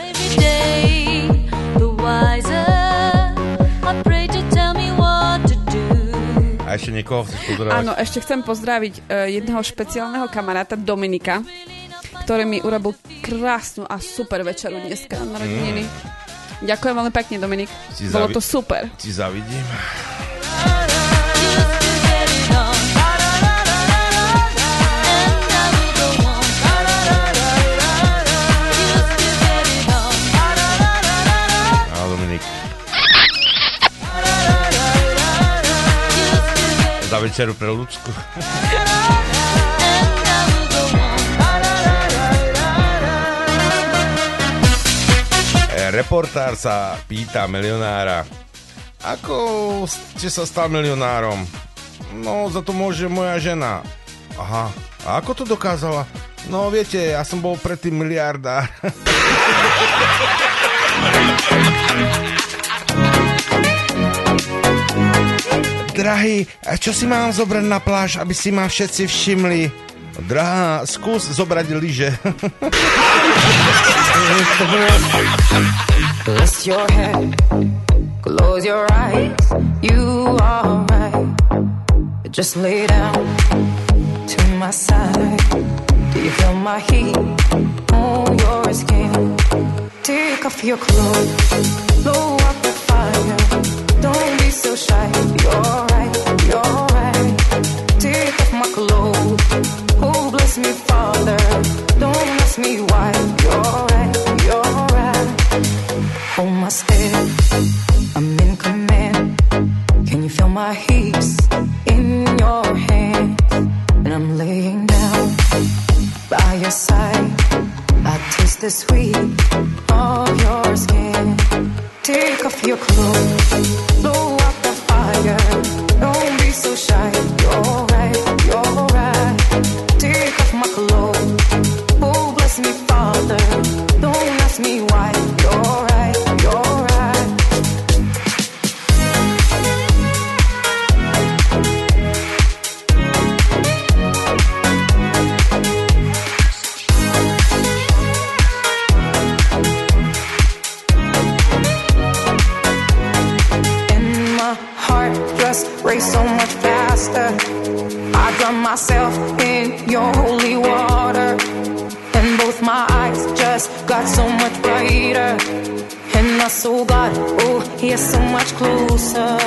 A ešte niekoho chceš pozdravať? Áno, ešte chcem pozdraviť uh, jedného špeciálneho kamaráta Dominika, ktorý mi urobil krásnu a super večeru dneska na narodeniny. Mm. Ďakujem veľmi pekne, Dominik. Ti Bolo zavi- to super. Ti zavidím. Áno, Dominik. Za večeru pre Ľudsku. Reportár sa pýta milionára, ako ste sa stal milionárom? No, za to môže moja žena. Aha, a ako to dokázala? No, viete, ja som bol predtým miliardár. Drahý, čo si mám zobrať na pláž, aby si ma všetci všimli? Drahá, skús zobrať lyže. Rest your head, close your eyes, you are right. Just lay down to my side. Do you feel my heat on your skin? Take off your clothes, blow up the fire. Don't be so shy, you're right, you're right. Take off my clothes, oh bless me Father. Don't ask me why, you're right, you're right. Hold my step, I'm in command. Can you feel my heat in your hands? And I'm laying down by your side. I taste the sweet of your skin. Take off your clothes, blow up the fire. Don't be so shy, you're right, you're right. Take off my race so much faster. I drown myself in your holy water, and both my eyes just got so much brighter. And I saw God, oh, He is so much closer.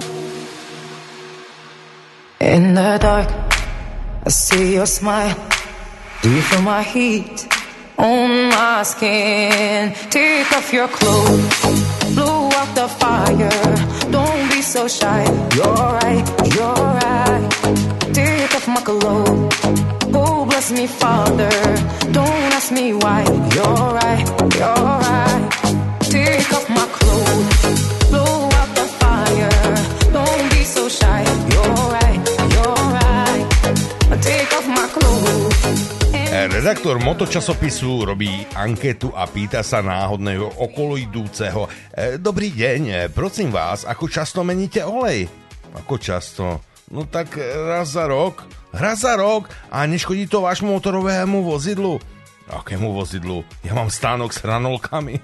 In the dark, I see your smile. Do you feel my heat on my skin? Take off your clothes, blow out the fire. Don't be so shy. You're right, you're right. Take off my clothes. Oh, bless me, Father. Don't ask me why. You're right, you're right. Take off my clothes, blow out the fire. Don't be so shy. You're right, you're right. Take off my clothes. Redaktor motočasopisu robí anketu a pýta sa náhodného okoloidúceho. Dobrý deň, prosím vás, ako často meníte olej? Ako často? No tak raz za rok. Raz za rok? A neškodí to vášmu motorovému vozidlu? Akému vozidlu? Ja mám stánok s hranolkami.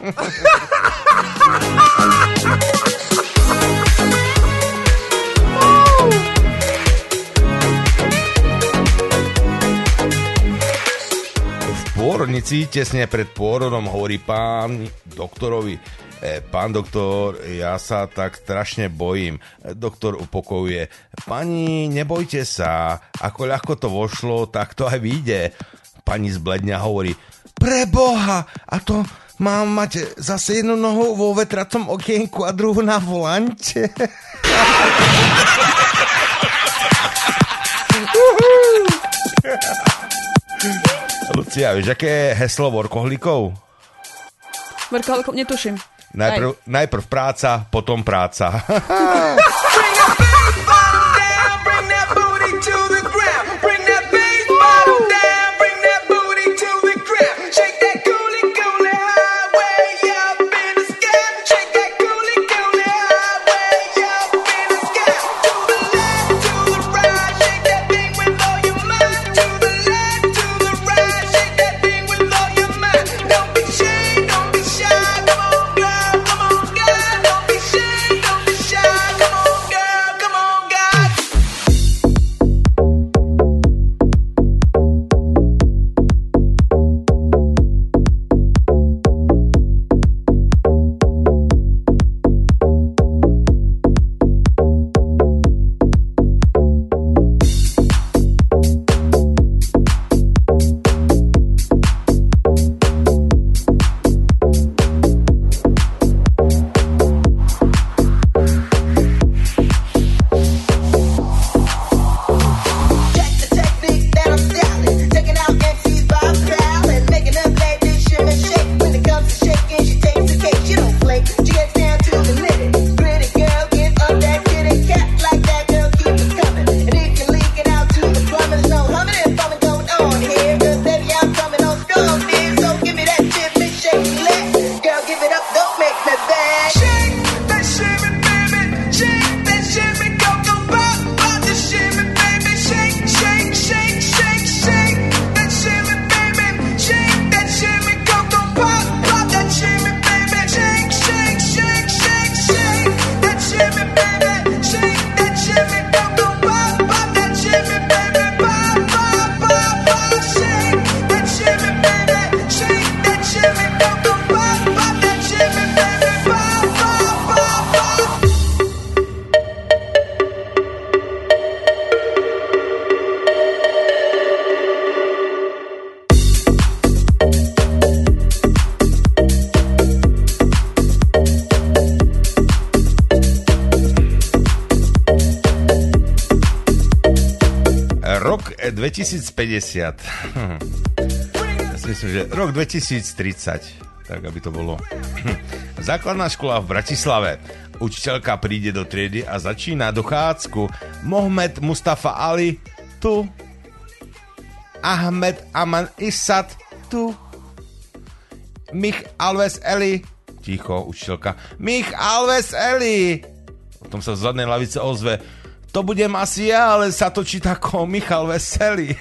V pôrodnici tesne pred pôrodom hovorí pán doktorovi: e, pán doktor, ja sa tak strašne bojím. Doktor upokojuje: pani, nebojte sa, ako ľahko to vošlo, tak to aj vyjde. Pani zbledňa hovorí: pre Boha, a to mám mať zase jednu nohu vo vetratom okienku a druhú na volante. Lucia, vieš, aké je heslo workoholikov? Workoholikov netuším. Najprv, najprv práca, potom práca. dvetisícpäťdesiat. Ja si myslím, že rok dvetisíctridsať, tak aby to bolo. Základná škola v Bratislave. Učiteľka príde do triedy a začína dochádzku. Mohamed Mustafa Ali tu. Ahmed Aman Isat tu. Mich Alves Eli. Ticho, učiteľka. Mich Alves Eli. Potom sa z zadnej lavice ozve: to budem asi ja, ale sa to číta ako Michal Veselý.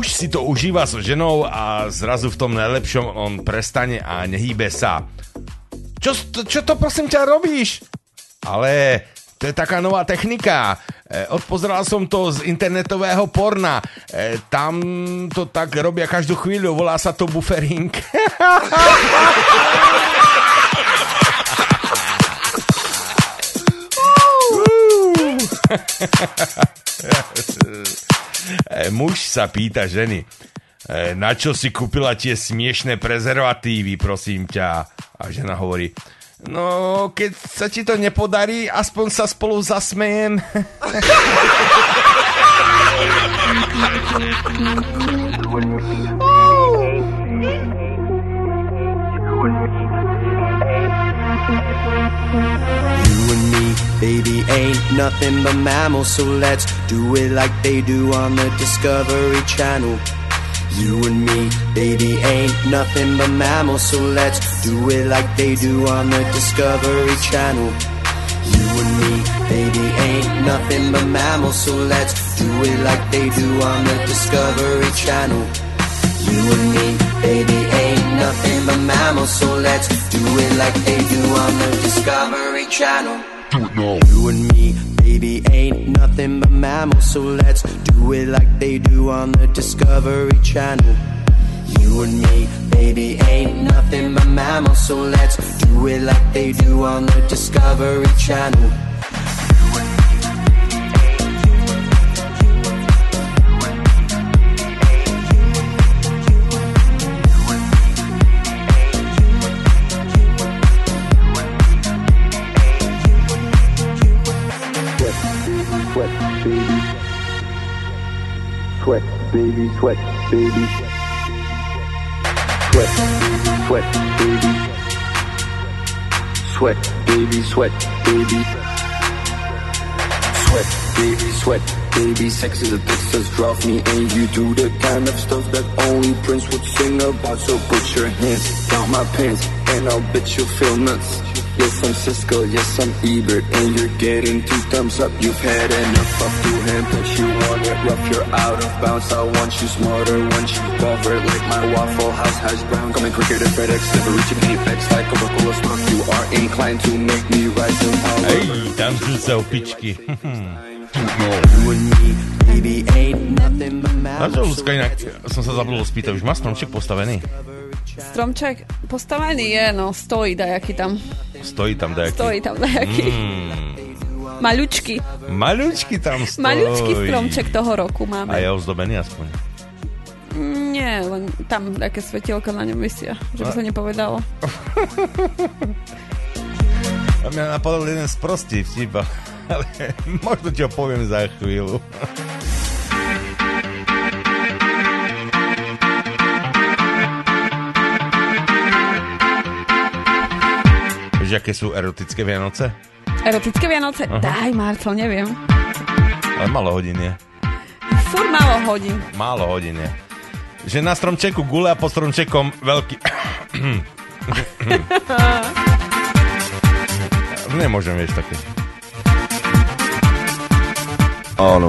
muž si to užíva so ženou a zrazu v tom najlepšom on prestane a nehýbe sa. Čo, čo to prosím ťa robíš? Ale to je taká nová technika. E, odpozeral som to z internetového porna. E, tam to tak robia každú chvíľu. Volá sa to buffering. e, muž sa pýta ženy. E, na čo si kúpila tie smiešné prezervatívy, prosím ťa? A žena hovorí, no, keď sa ti to nepodarí, aspoň sa spolu zasmejem. You and me, baby, ain't nothing but mammals, so let's do it like they do on the Discovery Channel. You and me, baby, ain't nothing but mammals, so let's do it like they do on the Discovery Channel. You and me, baby, ain't nothing but mammals, so let's do it like they do on the Discovery Channel. You and me, baby, ain't nothing but mammals, so let's do it like they do on the Discovery Channel. Do it now. You and me, baby, ain't nothing but mammals, so let's do it like they do on the Discovery Channel. You and me, baby, ain't nothing but mammals, so let's do it like they do on the Discovery Channel. Sweat, baby, sweat, baby. Sweat, sweat, baby. Sweat, baby, sweat, baby. Sweat, baby, sweat, baby. Sex is a bitch, just drop me and you do the kind of stuff that only Prince would sing about. So put your hands down my pants and I'll bet you'll feel nuts. Yes, I'm Cisco, yes, I'm Ebert, and you're getting two thumbs up. You've had enough of two hand touch, you want it rough, you're out of bounds. I want you smarter, want you covered like my Waffle House hash brown. Coming quicker than FedEx, never reaching apex like Coca-Cola stock. You are inclined to make me rise in power. Ej, tam sú sa opičky. Na čo, Luzka, inak som sa zabudol spýtať, už má stromček postavený? Stromček postavený je, no, stojí dajaký tam. Stojí tam dajaký? Stojí tam dajaký. Mm. Maľučky. Maľučky tam stojí. Maľučky stromček toho roku máme. A je ozdobený aspoň? Nie, len tam také svetielka na ňom vysia, že by sa nepovedalo. A mňa napadol jeden sprostý vtip, ale možno ti ho poviem za chvíľu. Vieš, aké sú erotické Vianoce? Erotické Vianoce? Aha. Daj, Marcel, neviem. Ale málo hodín je. Fúr málo hodín. Málo hodín je. Že na stromčeku gule a pod stromčekom veľký... Nemôžem, vieš, také. Áno.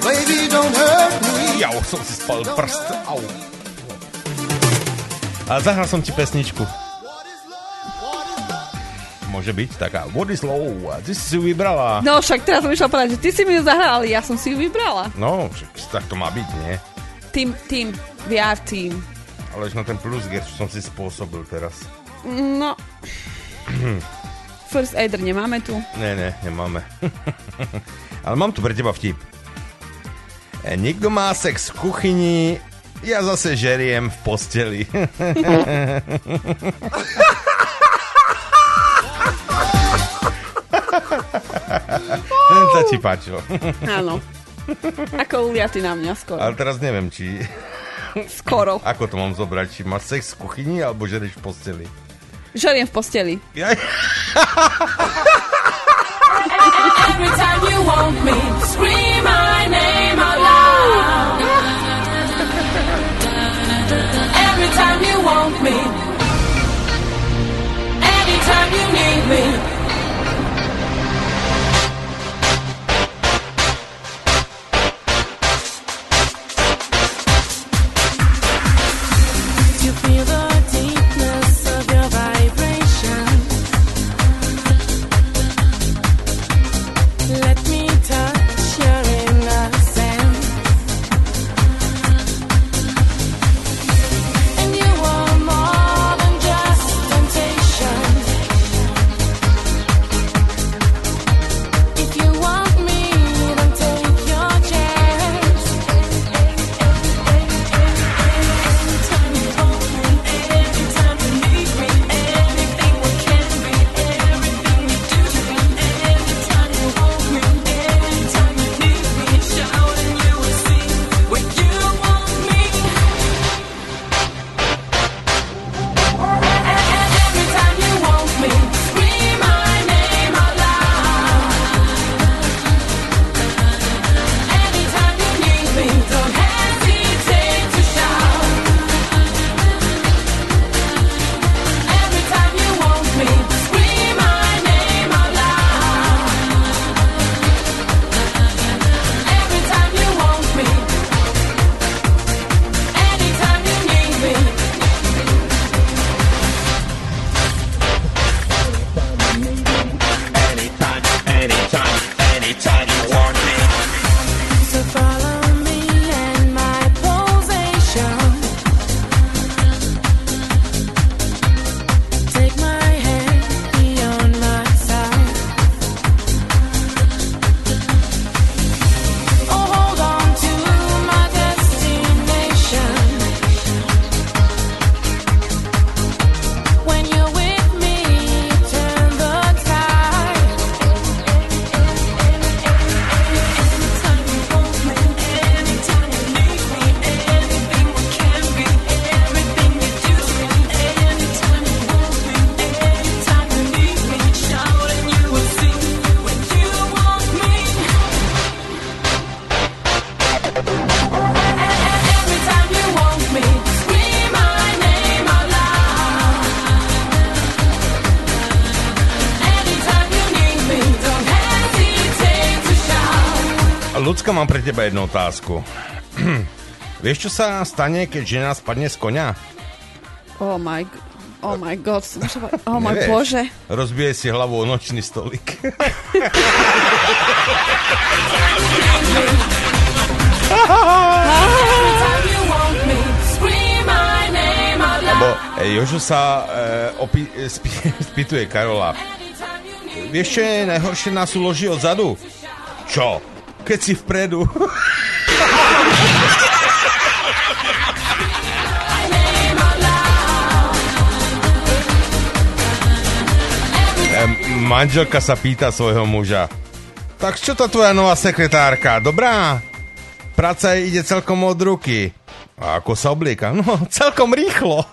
Baby, don't hurt me. Ja, som si spal prst. Au. A zahral som ti pesničku. Môže byť taká. What is low? Ty si si ju vybrala. No však teraz som išla povedať, že ty si mi ju zahral, ale ja som si ju vybrala. No, však tak to má byť, nie? Tým, tým, vé er tým. Ale už na ten plus gear, čo som si spôsobil teraz. No. First aider nemáme tu? Ne, ne, nemáme. Ale mám tu pre teba vtip. E, niekto má sex v kuchyni, ja zase žeriem v posteli. To ti páčilo. Áno. Ako uliaty na mňa skoro. Ale teraz neviem, či... Skoro. Ako to mám zobrať? Či máš sex v kuchyni, alebo žerieš v posteli? Žeriem v posteli. Ja... Every time you want me, scream my name out loud. Every time you want me, anytime you need me. You feel the deepness of your vibration. Let me touch your innocence. And you are more than just temptation. If you want me, then take your chance. Anytime you want me, anytime you need me, anything we can be, everything we do to me. Anytime you want me, anytime you need me, shout and you will see when you want me. Every time you want me, scream my name out loud. Anytime you need me, don't hesitate to shout. Every time you want me, scream my name out loud. Every time you want me, anytime you need me. Anytime, anytime, anytime you want me. So follow me and my pulsation. Take my hand, be on my side. Oh, hold on to my destination. When you're with me, you turn the tide. Anytime you want me, anytime you need me, anything we can be, everything you do to me. Anytime you want me, anytime you need me, shout and you will see when you want me. Every time you want me, scream my name out loud. Anytime you need me, don't hesitate to shout. Ľudská, mám pre teba jednu otázku. Vieš, čo sa stane, keď žena spadne z koňa? Oh my, g- oh my god, som šla- oh my Nevieš. bože. Rozbije si hlavu o nočný stolík. Anytime you want me, scream my name out Lebo loud. e, Jožo sa e, opi- e, spi- spýtuje Karola. Vieš, čo je najhoršie na súloži odzadu? Čo? Keď si vpredu. E, manželka sa pýta svojho muža. Tak čo to tvoja nová sekretárka? Dobrá? Práca jej ide celkom od ruky. A ako sa oblieka? No, celkom rýchlo.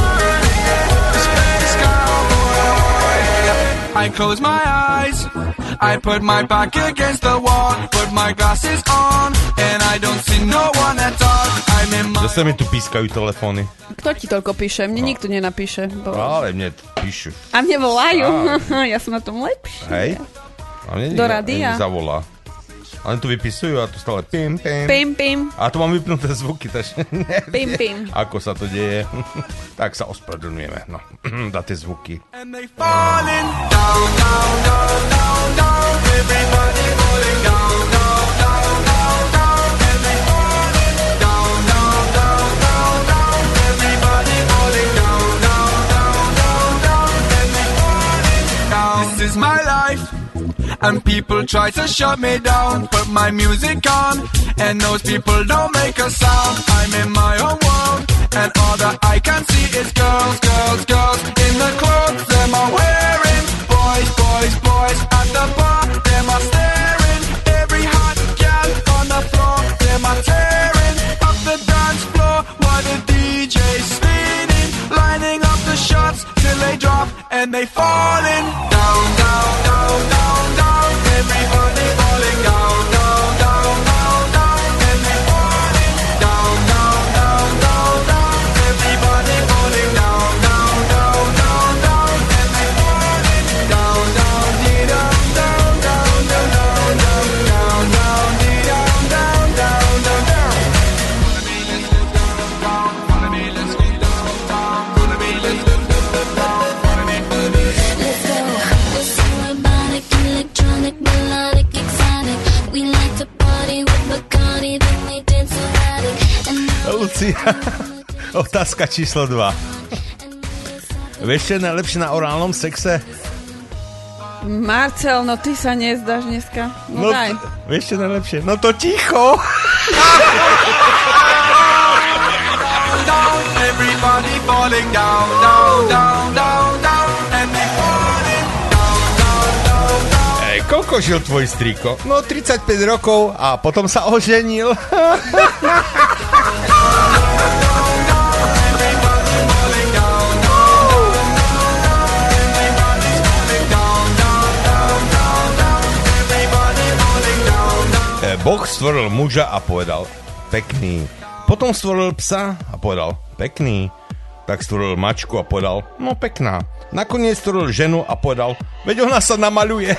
I close my eyes, I put my back against the wall, put my glasses on, and I don't see no one at all. I'm in my... Zase mi tu pískajú telefóny. Kto ti toľko píše? Mne nikto nenapíše. Bo... Ale mne píšu. A mne volajú. Ja som na tom lepšie. Hej. A mne Do rádia. zavolá. A oni tu vypisujú a tu stále pim, pim. Pim, pim. A tu mám vypnuté zvuky, takže Pim, pim. ako sa to deje. Tak sa ospravedlňujeme. No, dá tie zvuky. And they falling down, down, down, down, down. Everybody falling down, down, down, down, down. And they falling down, down, down, down, down. Everybody falling down, down, down, down, down. And they falling down. This is my life. And people try to shut me down, put my music on, and those people don't make a sound. I'm in my own world, and all that I can see is girls, girls, girls in the clothes them are wearing. Boys, boys, boys at the bar, them are staring. Every hot gal on the floor, them are tearing up the dance floor while the D J's spinning, lining up the shots till they drop and they falling down, down, down, down, down. Everybody falling down, down, down, down, down. And they falling down, down, down, down, down. Everybody falling down, down, down, down, down. And they falling down, down, dee down, down, down, down, down, down, down, down, dee down, down, down, down, down. Follow me, let's go down, down. Follow me, let's go down, down. Follow me, follow me, let's go. It's so robotic, electronic, melodic, exotic. We like to party with Bacardi, then we dance erratic. Lucia, otázka číslo dva. Vieš, čo je najlepšie na orálnom sexe? Marcel, no ty sa nezdáš dneska. No, No, daj. vieš, čo je najlepšie? No to ticho. Down, everybody falling down, down, down, down, down, and they falling down, down, down, down. Ej, koľko žil tvoj strýko? No tridsaťpäť rokov a potom sa oženil. E, Boh stvoril muža a povedal pekný. Potom stvoril psa a povedal pekný. Tak stvoril mačku a povedal no pekná. Nakoniec stvoril ženu a povedal veď ona sa namaľuje.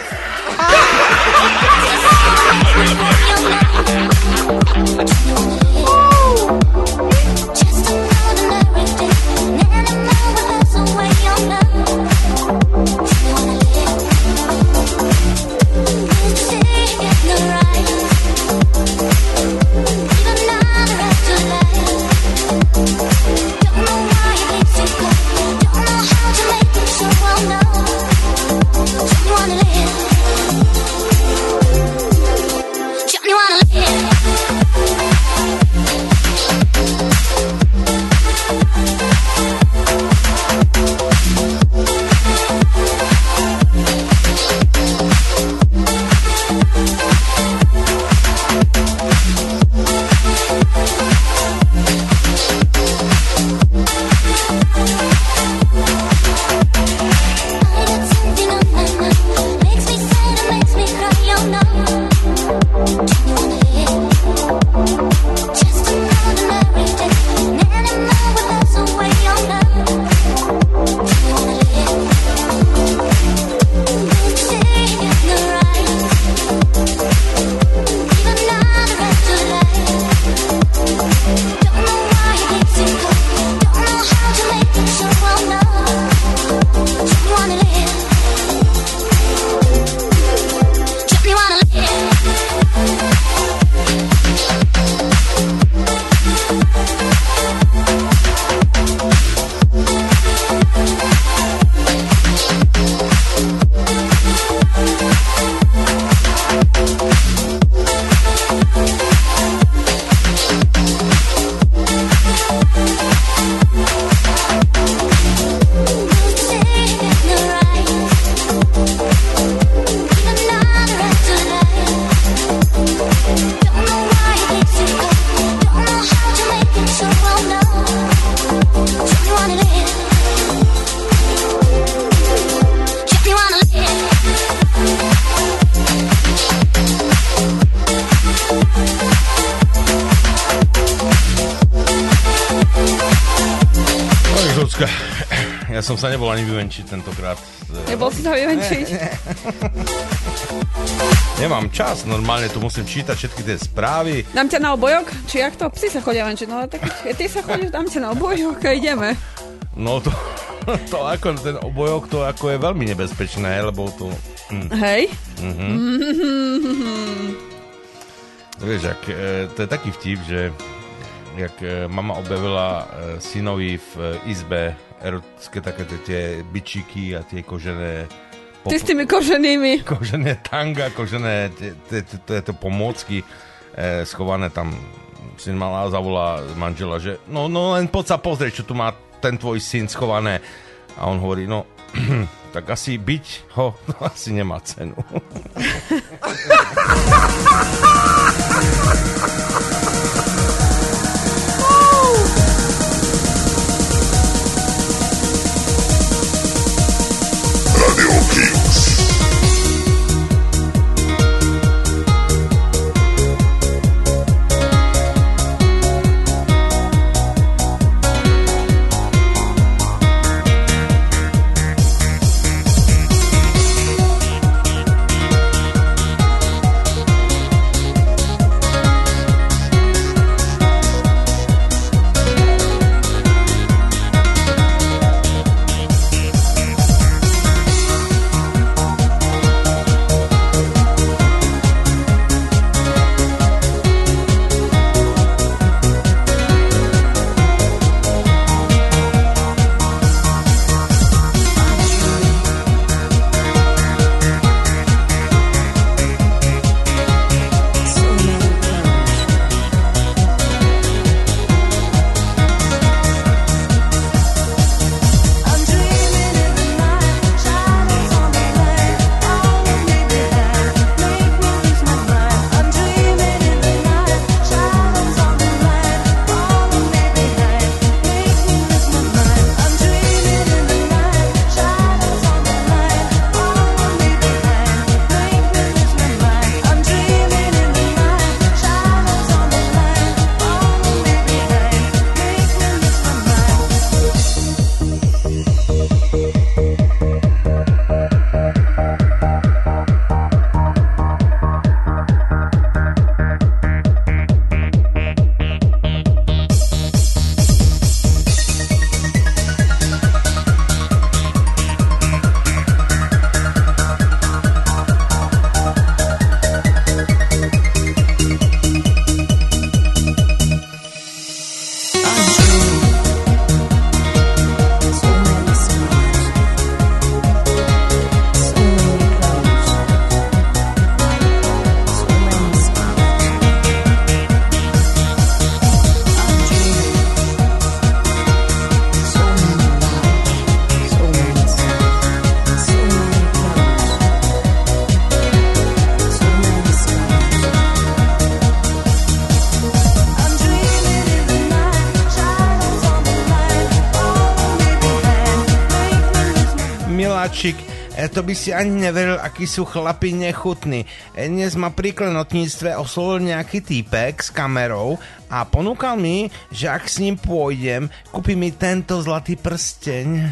Johnny wanna live. Ľudská, ja som sa nebol ani vyvenčiť tentokrát. Nebol si sa vyvenčiť? Nemám čas, normálne tu musím čítať všetky tie správy. Dám ťa na obojok? Či jak to? Psi sa chodia venčiť, no tak keď ty sa chodíš, dám ťa na obojok a ideme. No to, to ako ten obojok, to ako je veľmi nebezpečné, lebo to... Hm. Hej? Mhm. Mm-hmm. Vieš, ak, e, to je taký vtip, že jak e, mama objavila e, synovi v e, izbe erotické také tie, tie bičíky a tie kožené... Ty s tými koženými. Kožené tanga, kožené tieto pomôcky e, schované tam. Syn malá zavolá manžela, že no, no len poď sa pozrieť, čo tu má ten tvoj syn schované. A on hovorí, no tak asi byť ho, to asi nemá cenu. Miláčik, to by si ani neveril, akí sú chlapi nechutní. Dnes ma pri klenotníctve oslovil nejaký týpek s kamerou a ponúkal mi, že ak s ním pôjdem, kúpi mi tento zlatý prsteň.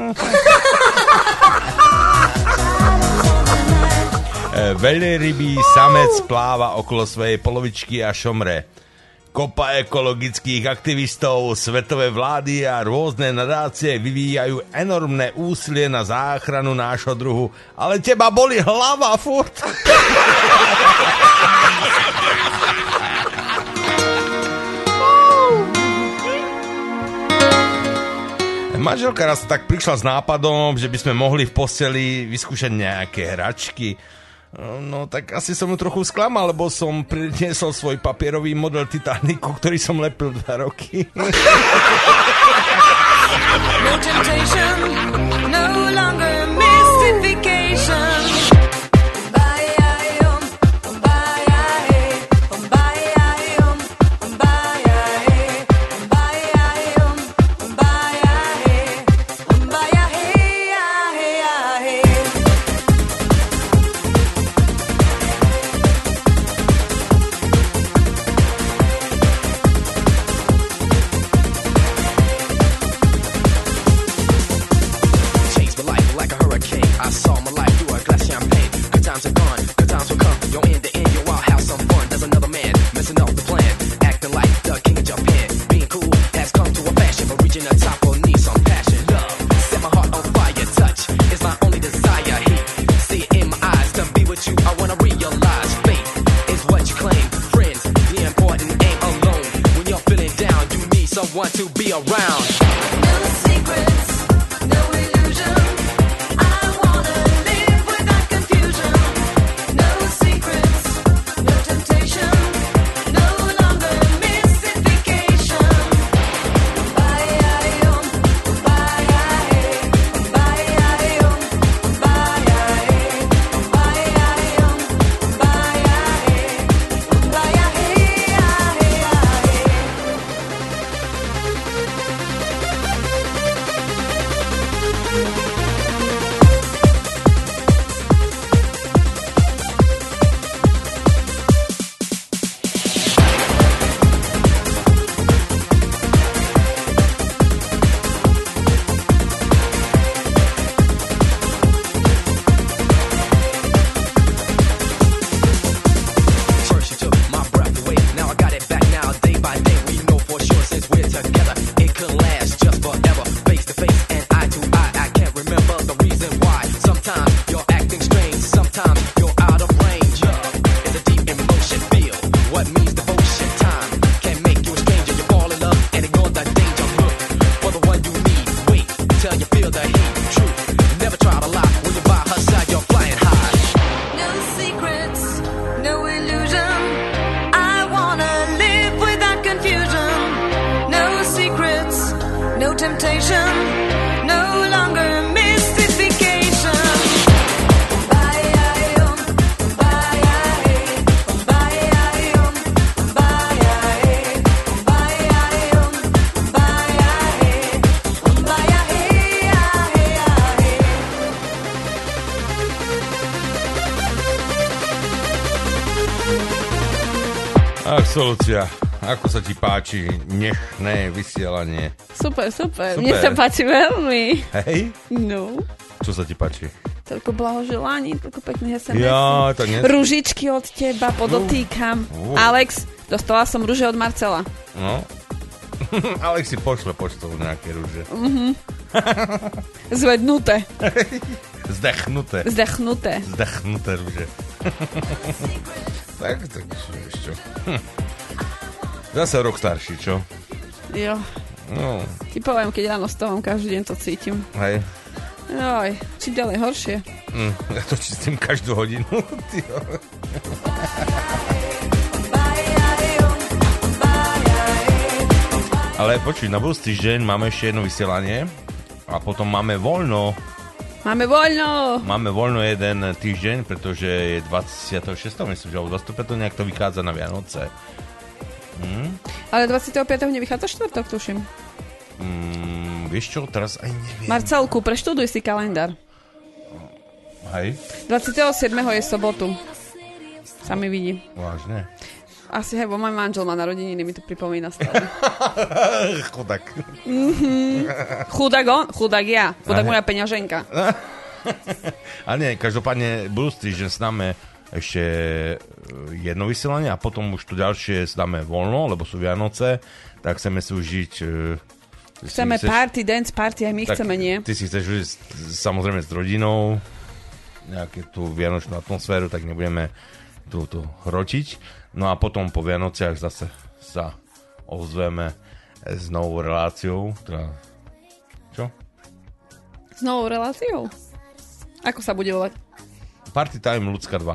Veľrybý samec pláva okolo svojej polovičky a šomre. Kopa ekologických aktivistov, svetové vlády a rôzne nadácie vyvíjajú enormné úsilie na záchranu nášho druhu. Ale teba boli hlava furt. Manželka raz tak prišla s nápadom, že by sme mohli v posteli vyskúšať nejaké hračky. No tak asi som ju trochu sklamal, lebo som priniesol svoj papierový model Titaniku, ktorý som lepil dva roky. No temptation, no longer mystification. the top or need some passion. Love, set my heart on fire. Touch is my only desire. Heat, see it in my eyes. To be with you, I wanna realize. Fate is what you claim. Friends, the important ain't alone. When you're feeling down, you need someone to be around. No secrets, no illusion. I wanna live without confusion. No secrets, no temptation. No longer mystification. Bye-I-om, bye-I-eh, bye-I-om, bye-I-eh, bye-I-om, bye-I-eh, First you took my breath away, now I got it back now, day by day. We know for sure since we're together, it could last just forever. Face to face and eye to eye, I can't remember the reason why. Sometimes you're acting strange, sometimes you're out of range. Love is a deep emotion, feel what means devotion. Time can make you a stranger, you fall in love and ignore the danger. Look for the one you need, wait till you feel the heat. True, never try to lie, when you're by her side you're flying high. no secrets, no illusion. I wanna live without confusion. No secrets, no temptation. No longer mystification. Bye-I-om, bye-I-eh, bye-I-om, bye-I-eh, bye-I-om, bye-I-eh, bye-I-eh. Absolúcia. Ako sa ti páči dnešné vysielanie? Super, super. Super. Mne sa páči veľmi. Hej? No. Čo sa ti páči? Toľko blahoželaní, toľko pekných es em es. Ja, to nie... Ružičky od teba, podotýkam. Uh. Alex, dostala som ruže od Marcela. No. Alex si pošle poštou nejaké rúže. Mhm. Zvednuté. Zdechnuté. Zdechnuté. Zdechnuté rúže. tak, tak, vieš čo. Hm. Zase rok starší, čo? Jo. No. Ti poviem, keď ráno stávam, každý deň to cítim. Hej. Joj, čím ďalej horšie. Mm, ja to čistím každú hodinu. Tyjo. Ale počuj, na budúci týždeň máme ešte jedno vysielanie a potom máme voľno. Máme voľno! Máme voľno jeden týždeň, pretože je dvadsiateho šiesteho myslím, že alebo dvadsiateho piateho nejak to vychádza na Vianoce. Hm? Ale dvadsiateho piateho nevychádza štvrtok, tuším. Mm, vieš čo, teraz aj neviem. Marcelku, preštuduj si kalendár. Hej? dvadsiateho siedmeho je sobotu. Sa mi vidí. Vážne? Asi hej, bo môj manžel má narodeniny, mi to pripomína stále. Chudák. Mm-hmm. Chudák on? Chudák ja. Chudák Aha. moja peňaženka. A nie, každopádne budúci týždeň snáme ešte jedno vysielanie a potom už tu ďalšie snáme voľno, lebo sú Vianoce, tak chceme si užiť... e, Chceme si chceš, party, dance party, aj my tak chceme, nie? Ty si chceš užiť s- samozrejme s rodinou nejakú tú vianočnú atmosféru, tak nebudeme tu, tu hročiť. No a potom po Vianociach zase sa ozveme s novou reláciou. Teda... Čo? S novou reláciou? Ako sa bude volať? Party Time Ľudská dva.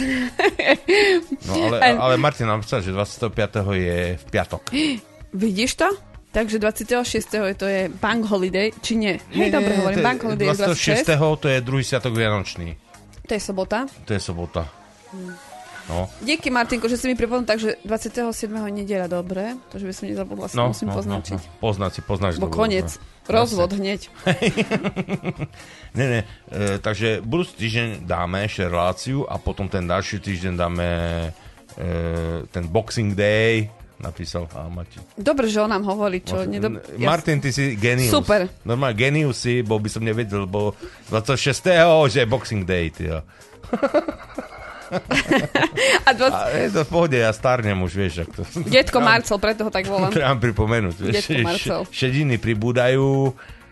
No ale, ale Martin nám písal, že dvadsiateho piateho je v piatok. Vidíš to? Takže dvadsiateho šiesteho je to je Bank Holiday, či nie? Hej, Nie, dobre nie, hovorím, to je Bank Holiday je dvadsiateho šiesteho dvadsiateho to je druhý sviatok Vianočný. To je sobota. To je sobota. No. Díky, Martinko, že si mi pripomnul, takže dvadsiateho siedmeho nedeľa, dobre? To, že by som nezabudla, si No, musím no, poznačiť. No, no. Poznať si, poznáš. Bo to koniec. dobre. Rozvod hneď. Ne, ne, e, takže budúci týždeň dáme ešte reláciu a potom ten ďalší týždeň dáme e, ten Boxing Day, napísal a Mati. Dobre, že on nám hovorí, čo... Nedob... Martin, ty si genius. Super. Normálne genius si, bo by som nevedel, bo dvadsiateho šiesteho že je Boxing Day, tyjo. A dvadsať... A je to v pohode, ja starnem už, vieš. Ak to... Detko Marcel, preto ho tak volám. Treba pripomenúť. Vieš, Detko Marcel. Šediny pribúdajú.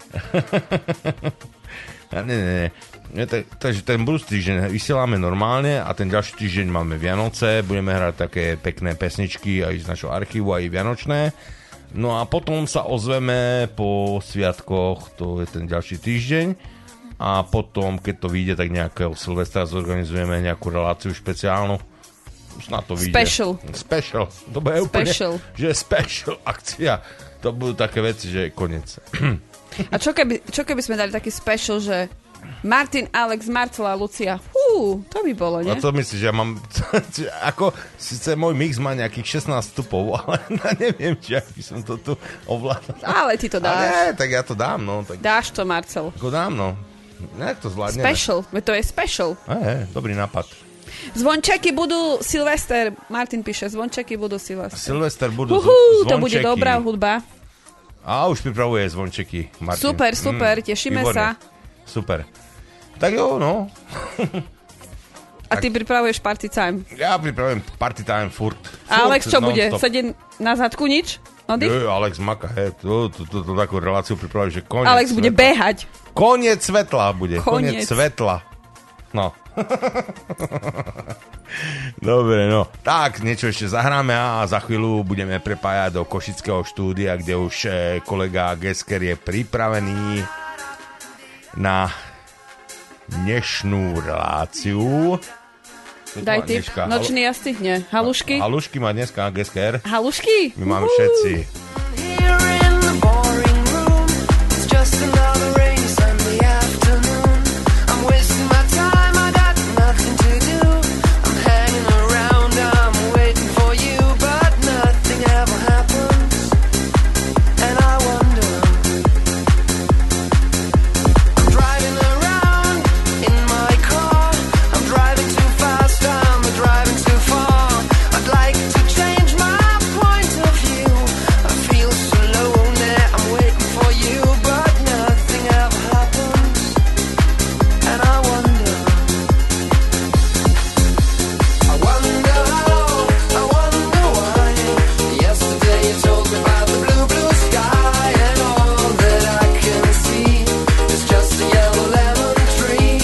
Ne, ne, ne. Takže ten budúci týždeň vysielame normálne a ten ďalší týždeň máme Vianoce, budeme hrať také pekné pesničky aj z našho archívu, aj vianočné. No a potom sa ozveme po sviatkoch, to je ten ďalší týždeň. A potom, keď to vyjde, tak nejakého Silvestra zorganizujeme nejakú reláciu špeciálnu. Už na to vyjde. Special. Special. To bude úplne, Special. že je special akcia. To budú také veci, že je koniec. A čo keby, čo keby sme dali taký special, že Martin, Alex, Marcela, Lucia. Fú, to by bolo, nie? A to myslíš, že ja mám... ako, síce môj mix má nejakých šestnásť stupov, ale neviem, či by som to tu ovládal. Ale ty to dáš. Ale nie, tak ja to dám, no. Tak... Dáš to, Marcel. Ako dám, no. Nejak to zvládneme. Special, veď to je special. Aj, dobrý nápad. Zvončeky budú Silvester. Martin píše, zvončeky budú Silvester. Silvester budú Uhú, zvončeky. to bude dobrá hudba. A už pripravuje zvončeky, Martin. Super, super, mm, tešíme výborné. sa. Super. Tak jo, no. A ty pripravuješ party time. Ja pripravujem party time furt. A Alex čo bude? non-stop. Sedieť na zadku nič? Oddych? Jo, Alex maka, he, to, to, to, to, takú reláciu pripravuje, že koniec Alex bude svetla. behať. Koniec svetla bude, koniec, Koniec. svetla. No. Dobre, no. Tak, niečo ešte zahráme a za chvíľu budeme prepájať do košického štúdia, kde už eh, kolega Gesker je pripravený na dnešnú reláciu. Daj tip. Nočný jazdci? Nie. Halušky? Halušky má dneska Gesker. Halušky? My máme Uhú. všetci. Here in the boring room, it's just another rainy Sunday afternoon. I'm wasting my time, I got nothing to do. I'm hanging around, I'm waiting for you, but nothing ever happens. And I wonder, I'm driving around in my car. I'm driving too fast, I'm driving too far. I'd like to change my point of view. I feel so lonely, I'm waiting for you, but nothing ever happens. And I wonder, I wonder how, I wonder why. Yesterday you told me about the blue, blue sky, and all that I can see is just a yellow lemon tree.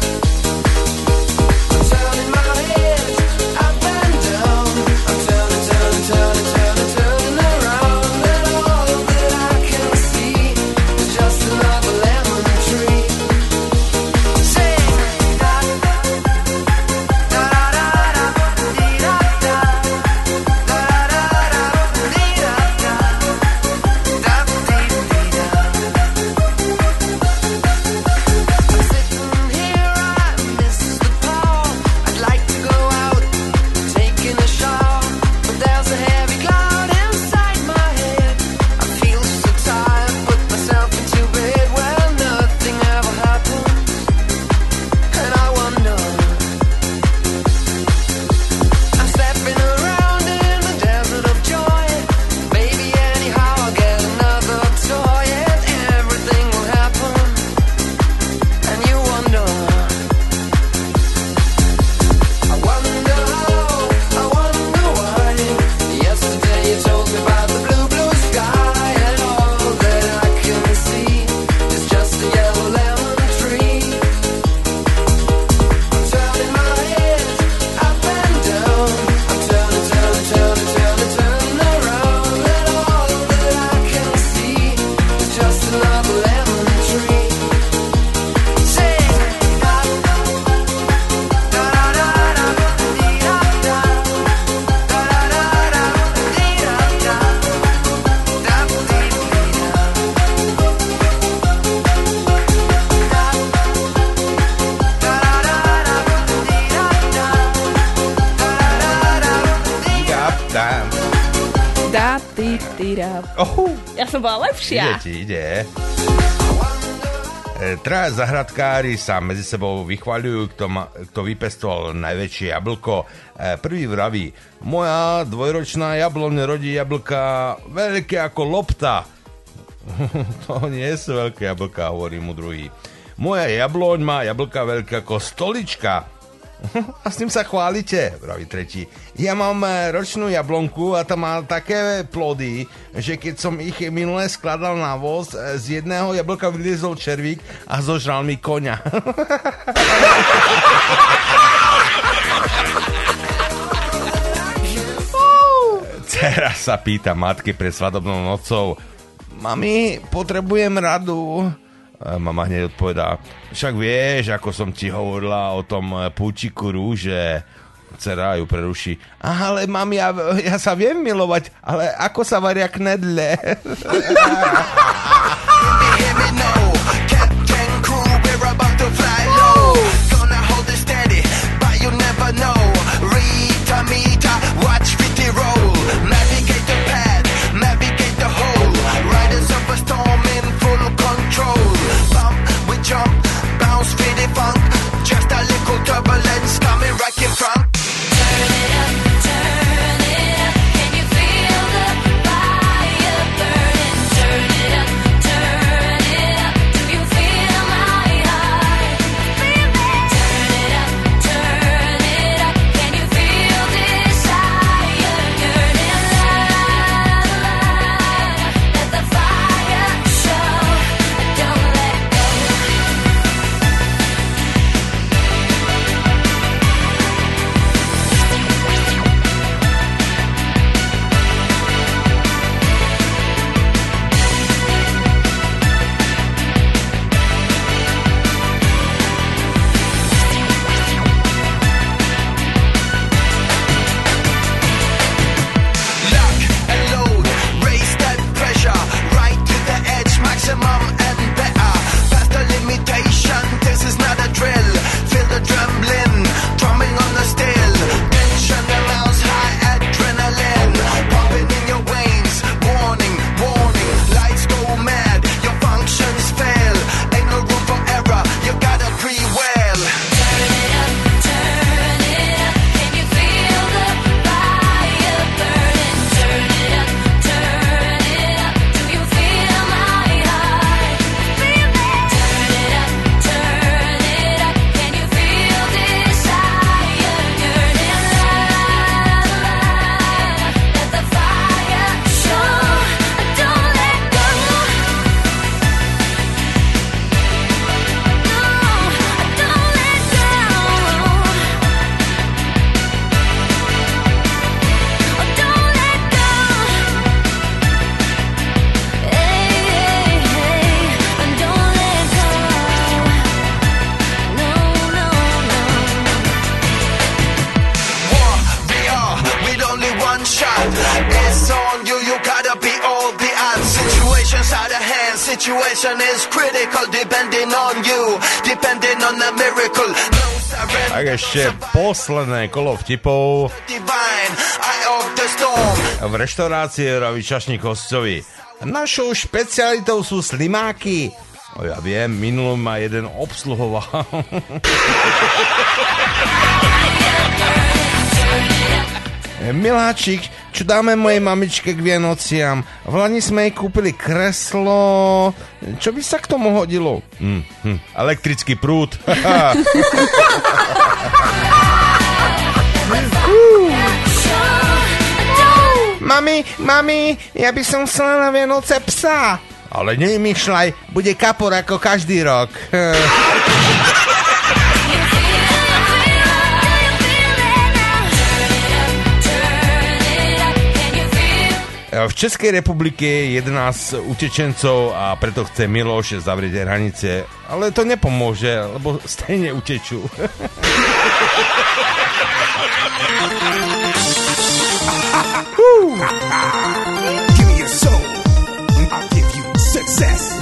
I'm turning my head up and down. I'm turning, turning, turning, turning, turning around, and all that I can see is just another lemon tree. Sing da da da da da dee da da da da da dee da da da dee dee da. I'm sitting here, I miss the power. I'd like to go out, taking a shower, but there's a heavy cloud inside my head. I feel so tired, put myself into bed where nothing ever happens, and I wonder. I'm stepping around in the desert of joy. Maybe anyhow I'll get another toy, and everything will happen. And you wonder, I wonder how, I wonder why. Yesterday you told me about the blue, blue sky, and all that I can see is just a yellow lemon tree. I'm turning my head up and down. I'm turning, turning, turning, turning, turning around, and all that I can see is just another lemon tree. Sing da da da da da dee da da da da da dee da da da dee dee da. Da, ty, ty, da. Ohu. Ja som bola lepšia. Ide ti, ide. E, Traja zahradkári sa medzi sebou vychvaľujú, kto, ma, kto vypestoval najväčšie jablko. E, Prvý vraví, moja dvojročná jabloň rodí jablka veľké ako lopta. To nie sú veľké jablka, hovorí mu druhý. Moja jabloň má jablka veľké ako stolička. A s tým sa chválite, vraví tretí. Ja mám eh, ročnú jablonku a tam má také plody, že keď som ich minule skladal na voz, eh, z jedného jablka vyliezol červík a zožral mi koňa. Dcera sa pýta matky pred svadobnou nocou: Mami, potrebujem radu. A mama hneď odpovedá: Však vieš, ako som ti hovorila o tom púčiku rúže. Dcera ju preruší: Ale mami, ja, ja sa viem milovať, ale ako sa varia knedle? Situation is critical, depending on you, depending on the miracle. No surrender. Tak ešte posledné kolo vtipov. Divine, eye of the storm. V reštaurácii vraví čašník hosťovi: Našou špecialitou sú slimáky. O, ja viem, minulý ma jeden obsluhoval. Miláčik, čo dáme mojej mamičke k Vianociam? V lani sme jej kúpili kreslo. Čo by sa k tomu hodilo? Hm, hm, elektrický prúd. Mami, mami, ja by som chcela na Vianoce psa. Ale nemýšľaj, bude kapor ako každý rok. V Českej republike je jedenásť utečencov a preto chce Miloš zavrieť hranice, ale to nepomôže, lebo stejne utečú. Give me your soul, I'll give you success.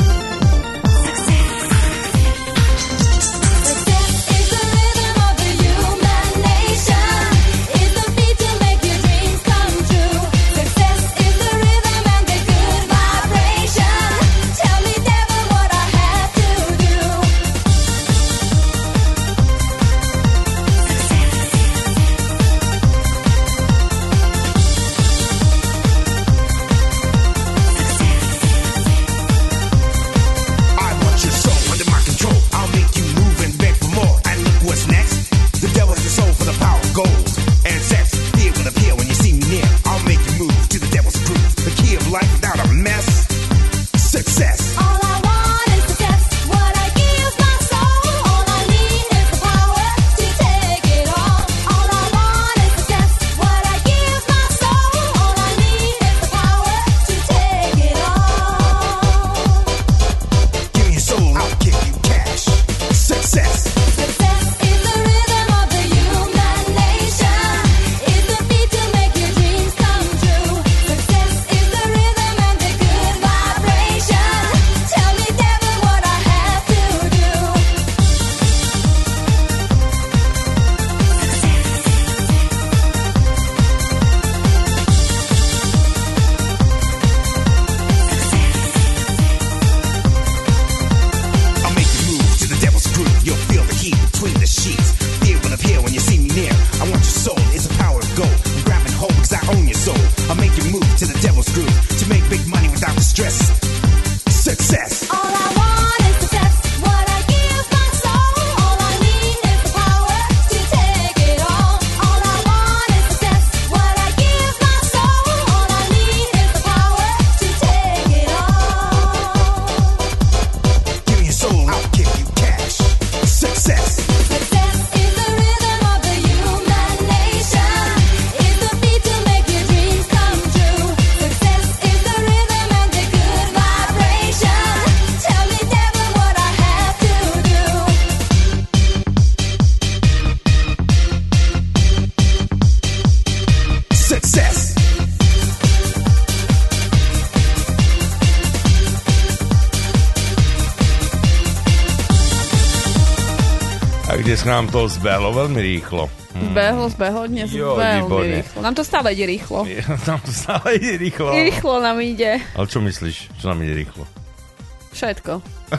Dnes nám to zbehlo veľmi rýchlo. Hmm. Zbehlo, zbehlo dnes Jo, veľmi výborne. rýchlo. Nám to stále ide rýchlo. Nám to stále ide rýchlo. Rýchlo nám ide. Ale čo myslíš? Čo nám ide rýchlo? Všetko.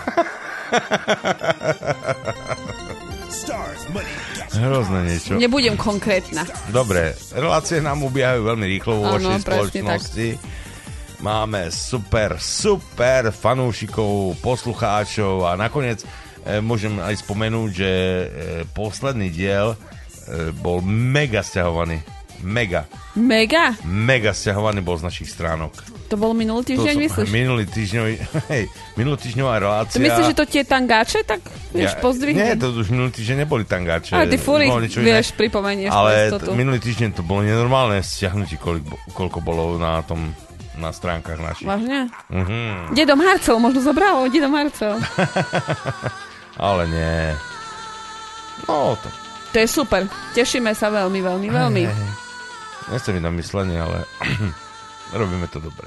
Hrozné niečo. Nebudem konkrétna. Dobre, relácie nám ubiehajú veľmi rýchlo vo Áno, vašej presne spoločnosti. Máme super, super fanúšikov, poslucháčov a nakoniec e, môžem aj spomenúť, že e, posledný diel e, bol mega sťahovaný. Mega. Mega? Mega sťahovaný bol z našich stránok. To bol minulý týždeň, myslíš? Minulý týždňový, hej, minulý týždňová relácia. To myslíš, že to tie tangáče, tak vieš, Ja- pozdvihnem? Nie, to už minulý týždeň neboli tangáče. Ale ty furt Bolo niečo vieš, iné. pripomenieš Ale to istotu. t- minulý týždeň to bolo nenormálne stiahnutie, koľko, koľko bolo na tom, na stránkach našich. Vážne? Mhm. Dedo Marcel, možno zobralo, Dedo Marcel. Ale nie. No, to... To je super. Tešíme sa veľmi, veľmi, veľmi. Hej, hej. Nechcem mi na myslenie, ale robíme to dobre.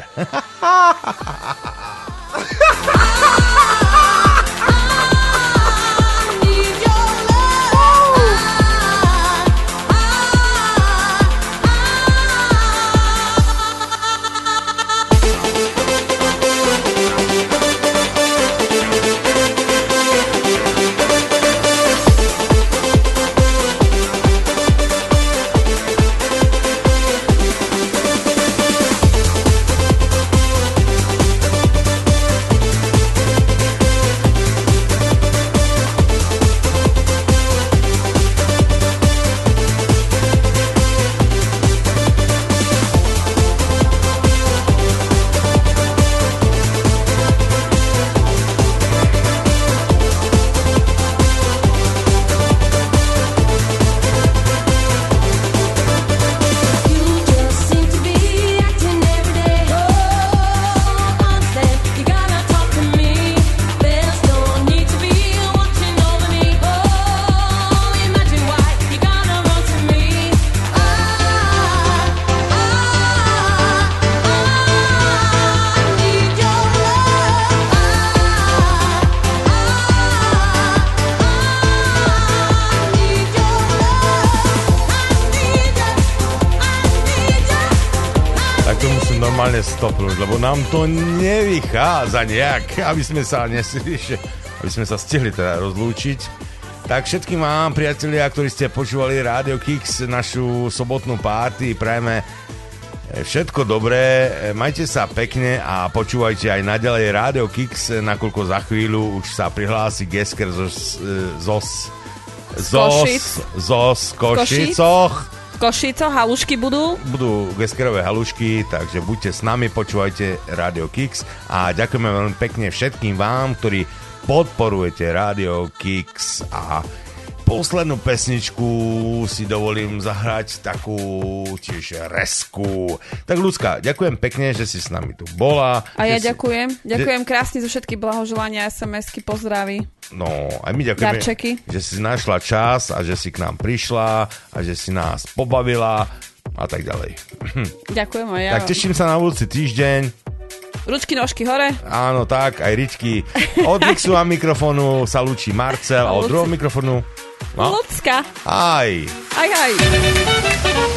Normálne stopnúť, lebo nám to nevychádza nejak, aby sme sa nesili, aby sme sa stihli teda rozlúčiť. Tak všetkým vám, priatelia, ktorí ste počúvali Radio Kix, našu sobotnú party, prajeme všetko dobré, majte sa pekne a počúvajte aj naďalej Radio Kix, nakoľko za chvíľu už sa prihlási Gesker zo Zos Zos Zos Košicoch. V Košicoch halušky budú. Budú Geskerové halušky, takže buďte s nami, počúvajte Radio Kix a ďakujeme veľmi pekne všetkým vám, ktorí podporujete Radio Kix. A poslednú pesničku si dovolím zahrať takú tiež resku. Tak Ľudská, ďakujem pekne, že si s nami tu bola. A ja si... ďakujem. Ďakujem krásne za všetky blahoželania, es em esky, pozdraví. No, aj my ďakujeme, Darčeky. že si našla čas a že si k nám prišla a že si nás pobavila a tak ďalej. Ďakujem aj ja. Tak teším sa na budúci týždeň. Ručky, nožky hore. Áno, tak, aj Ričky. Od mixu a mikrofónu sa lúči Marcel a od druhého mikrofónu... No? Ľudská. Aj. Aj, aj.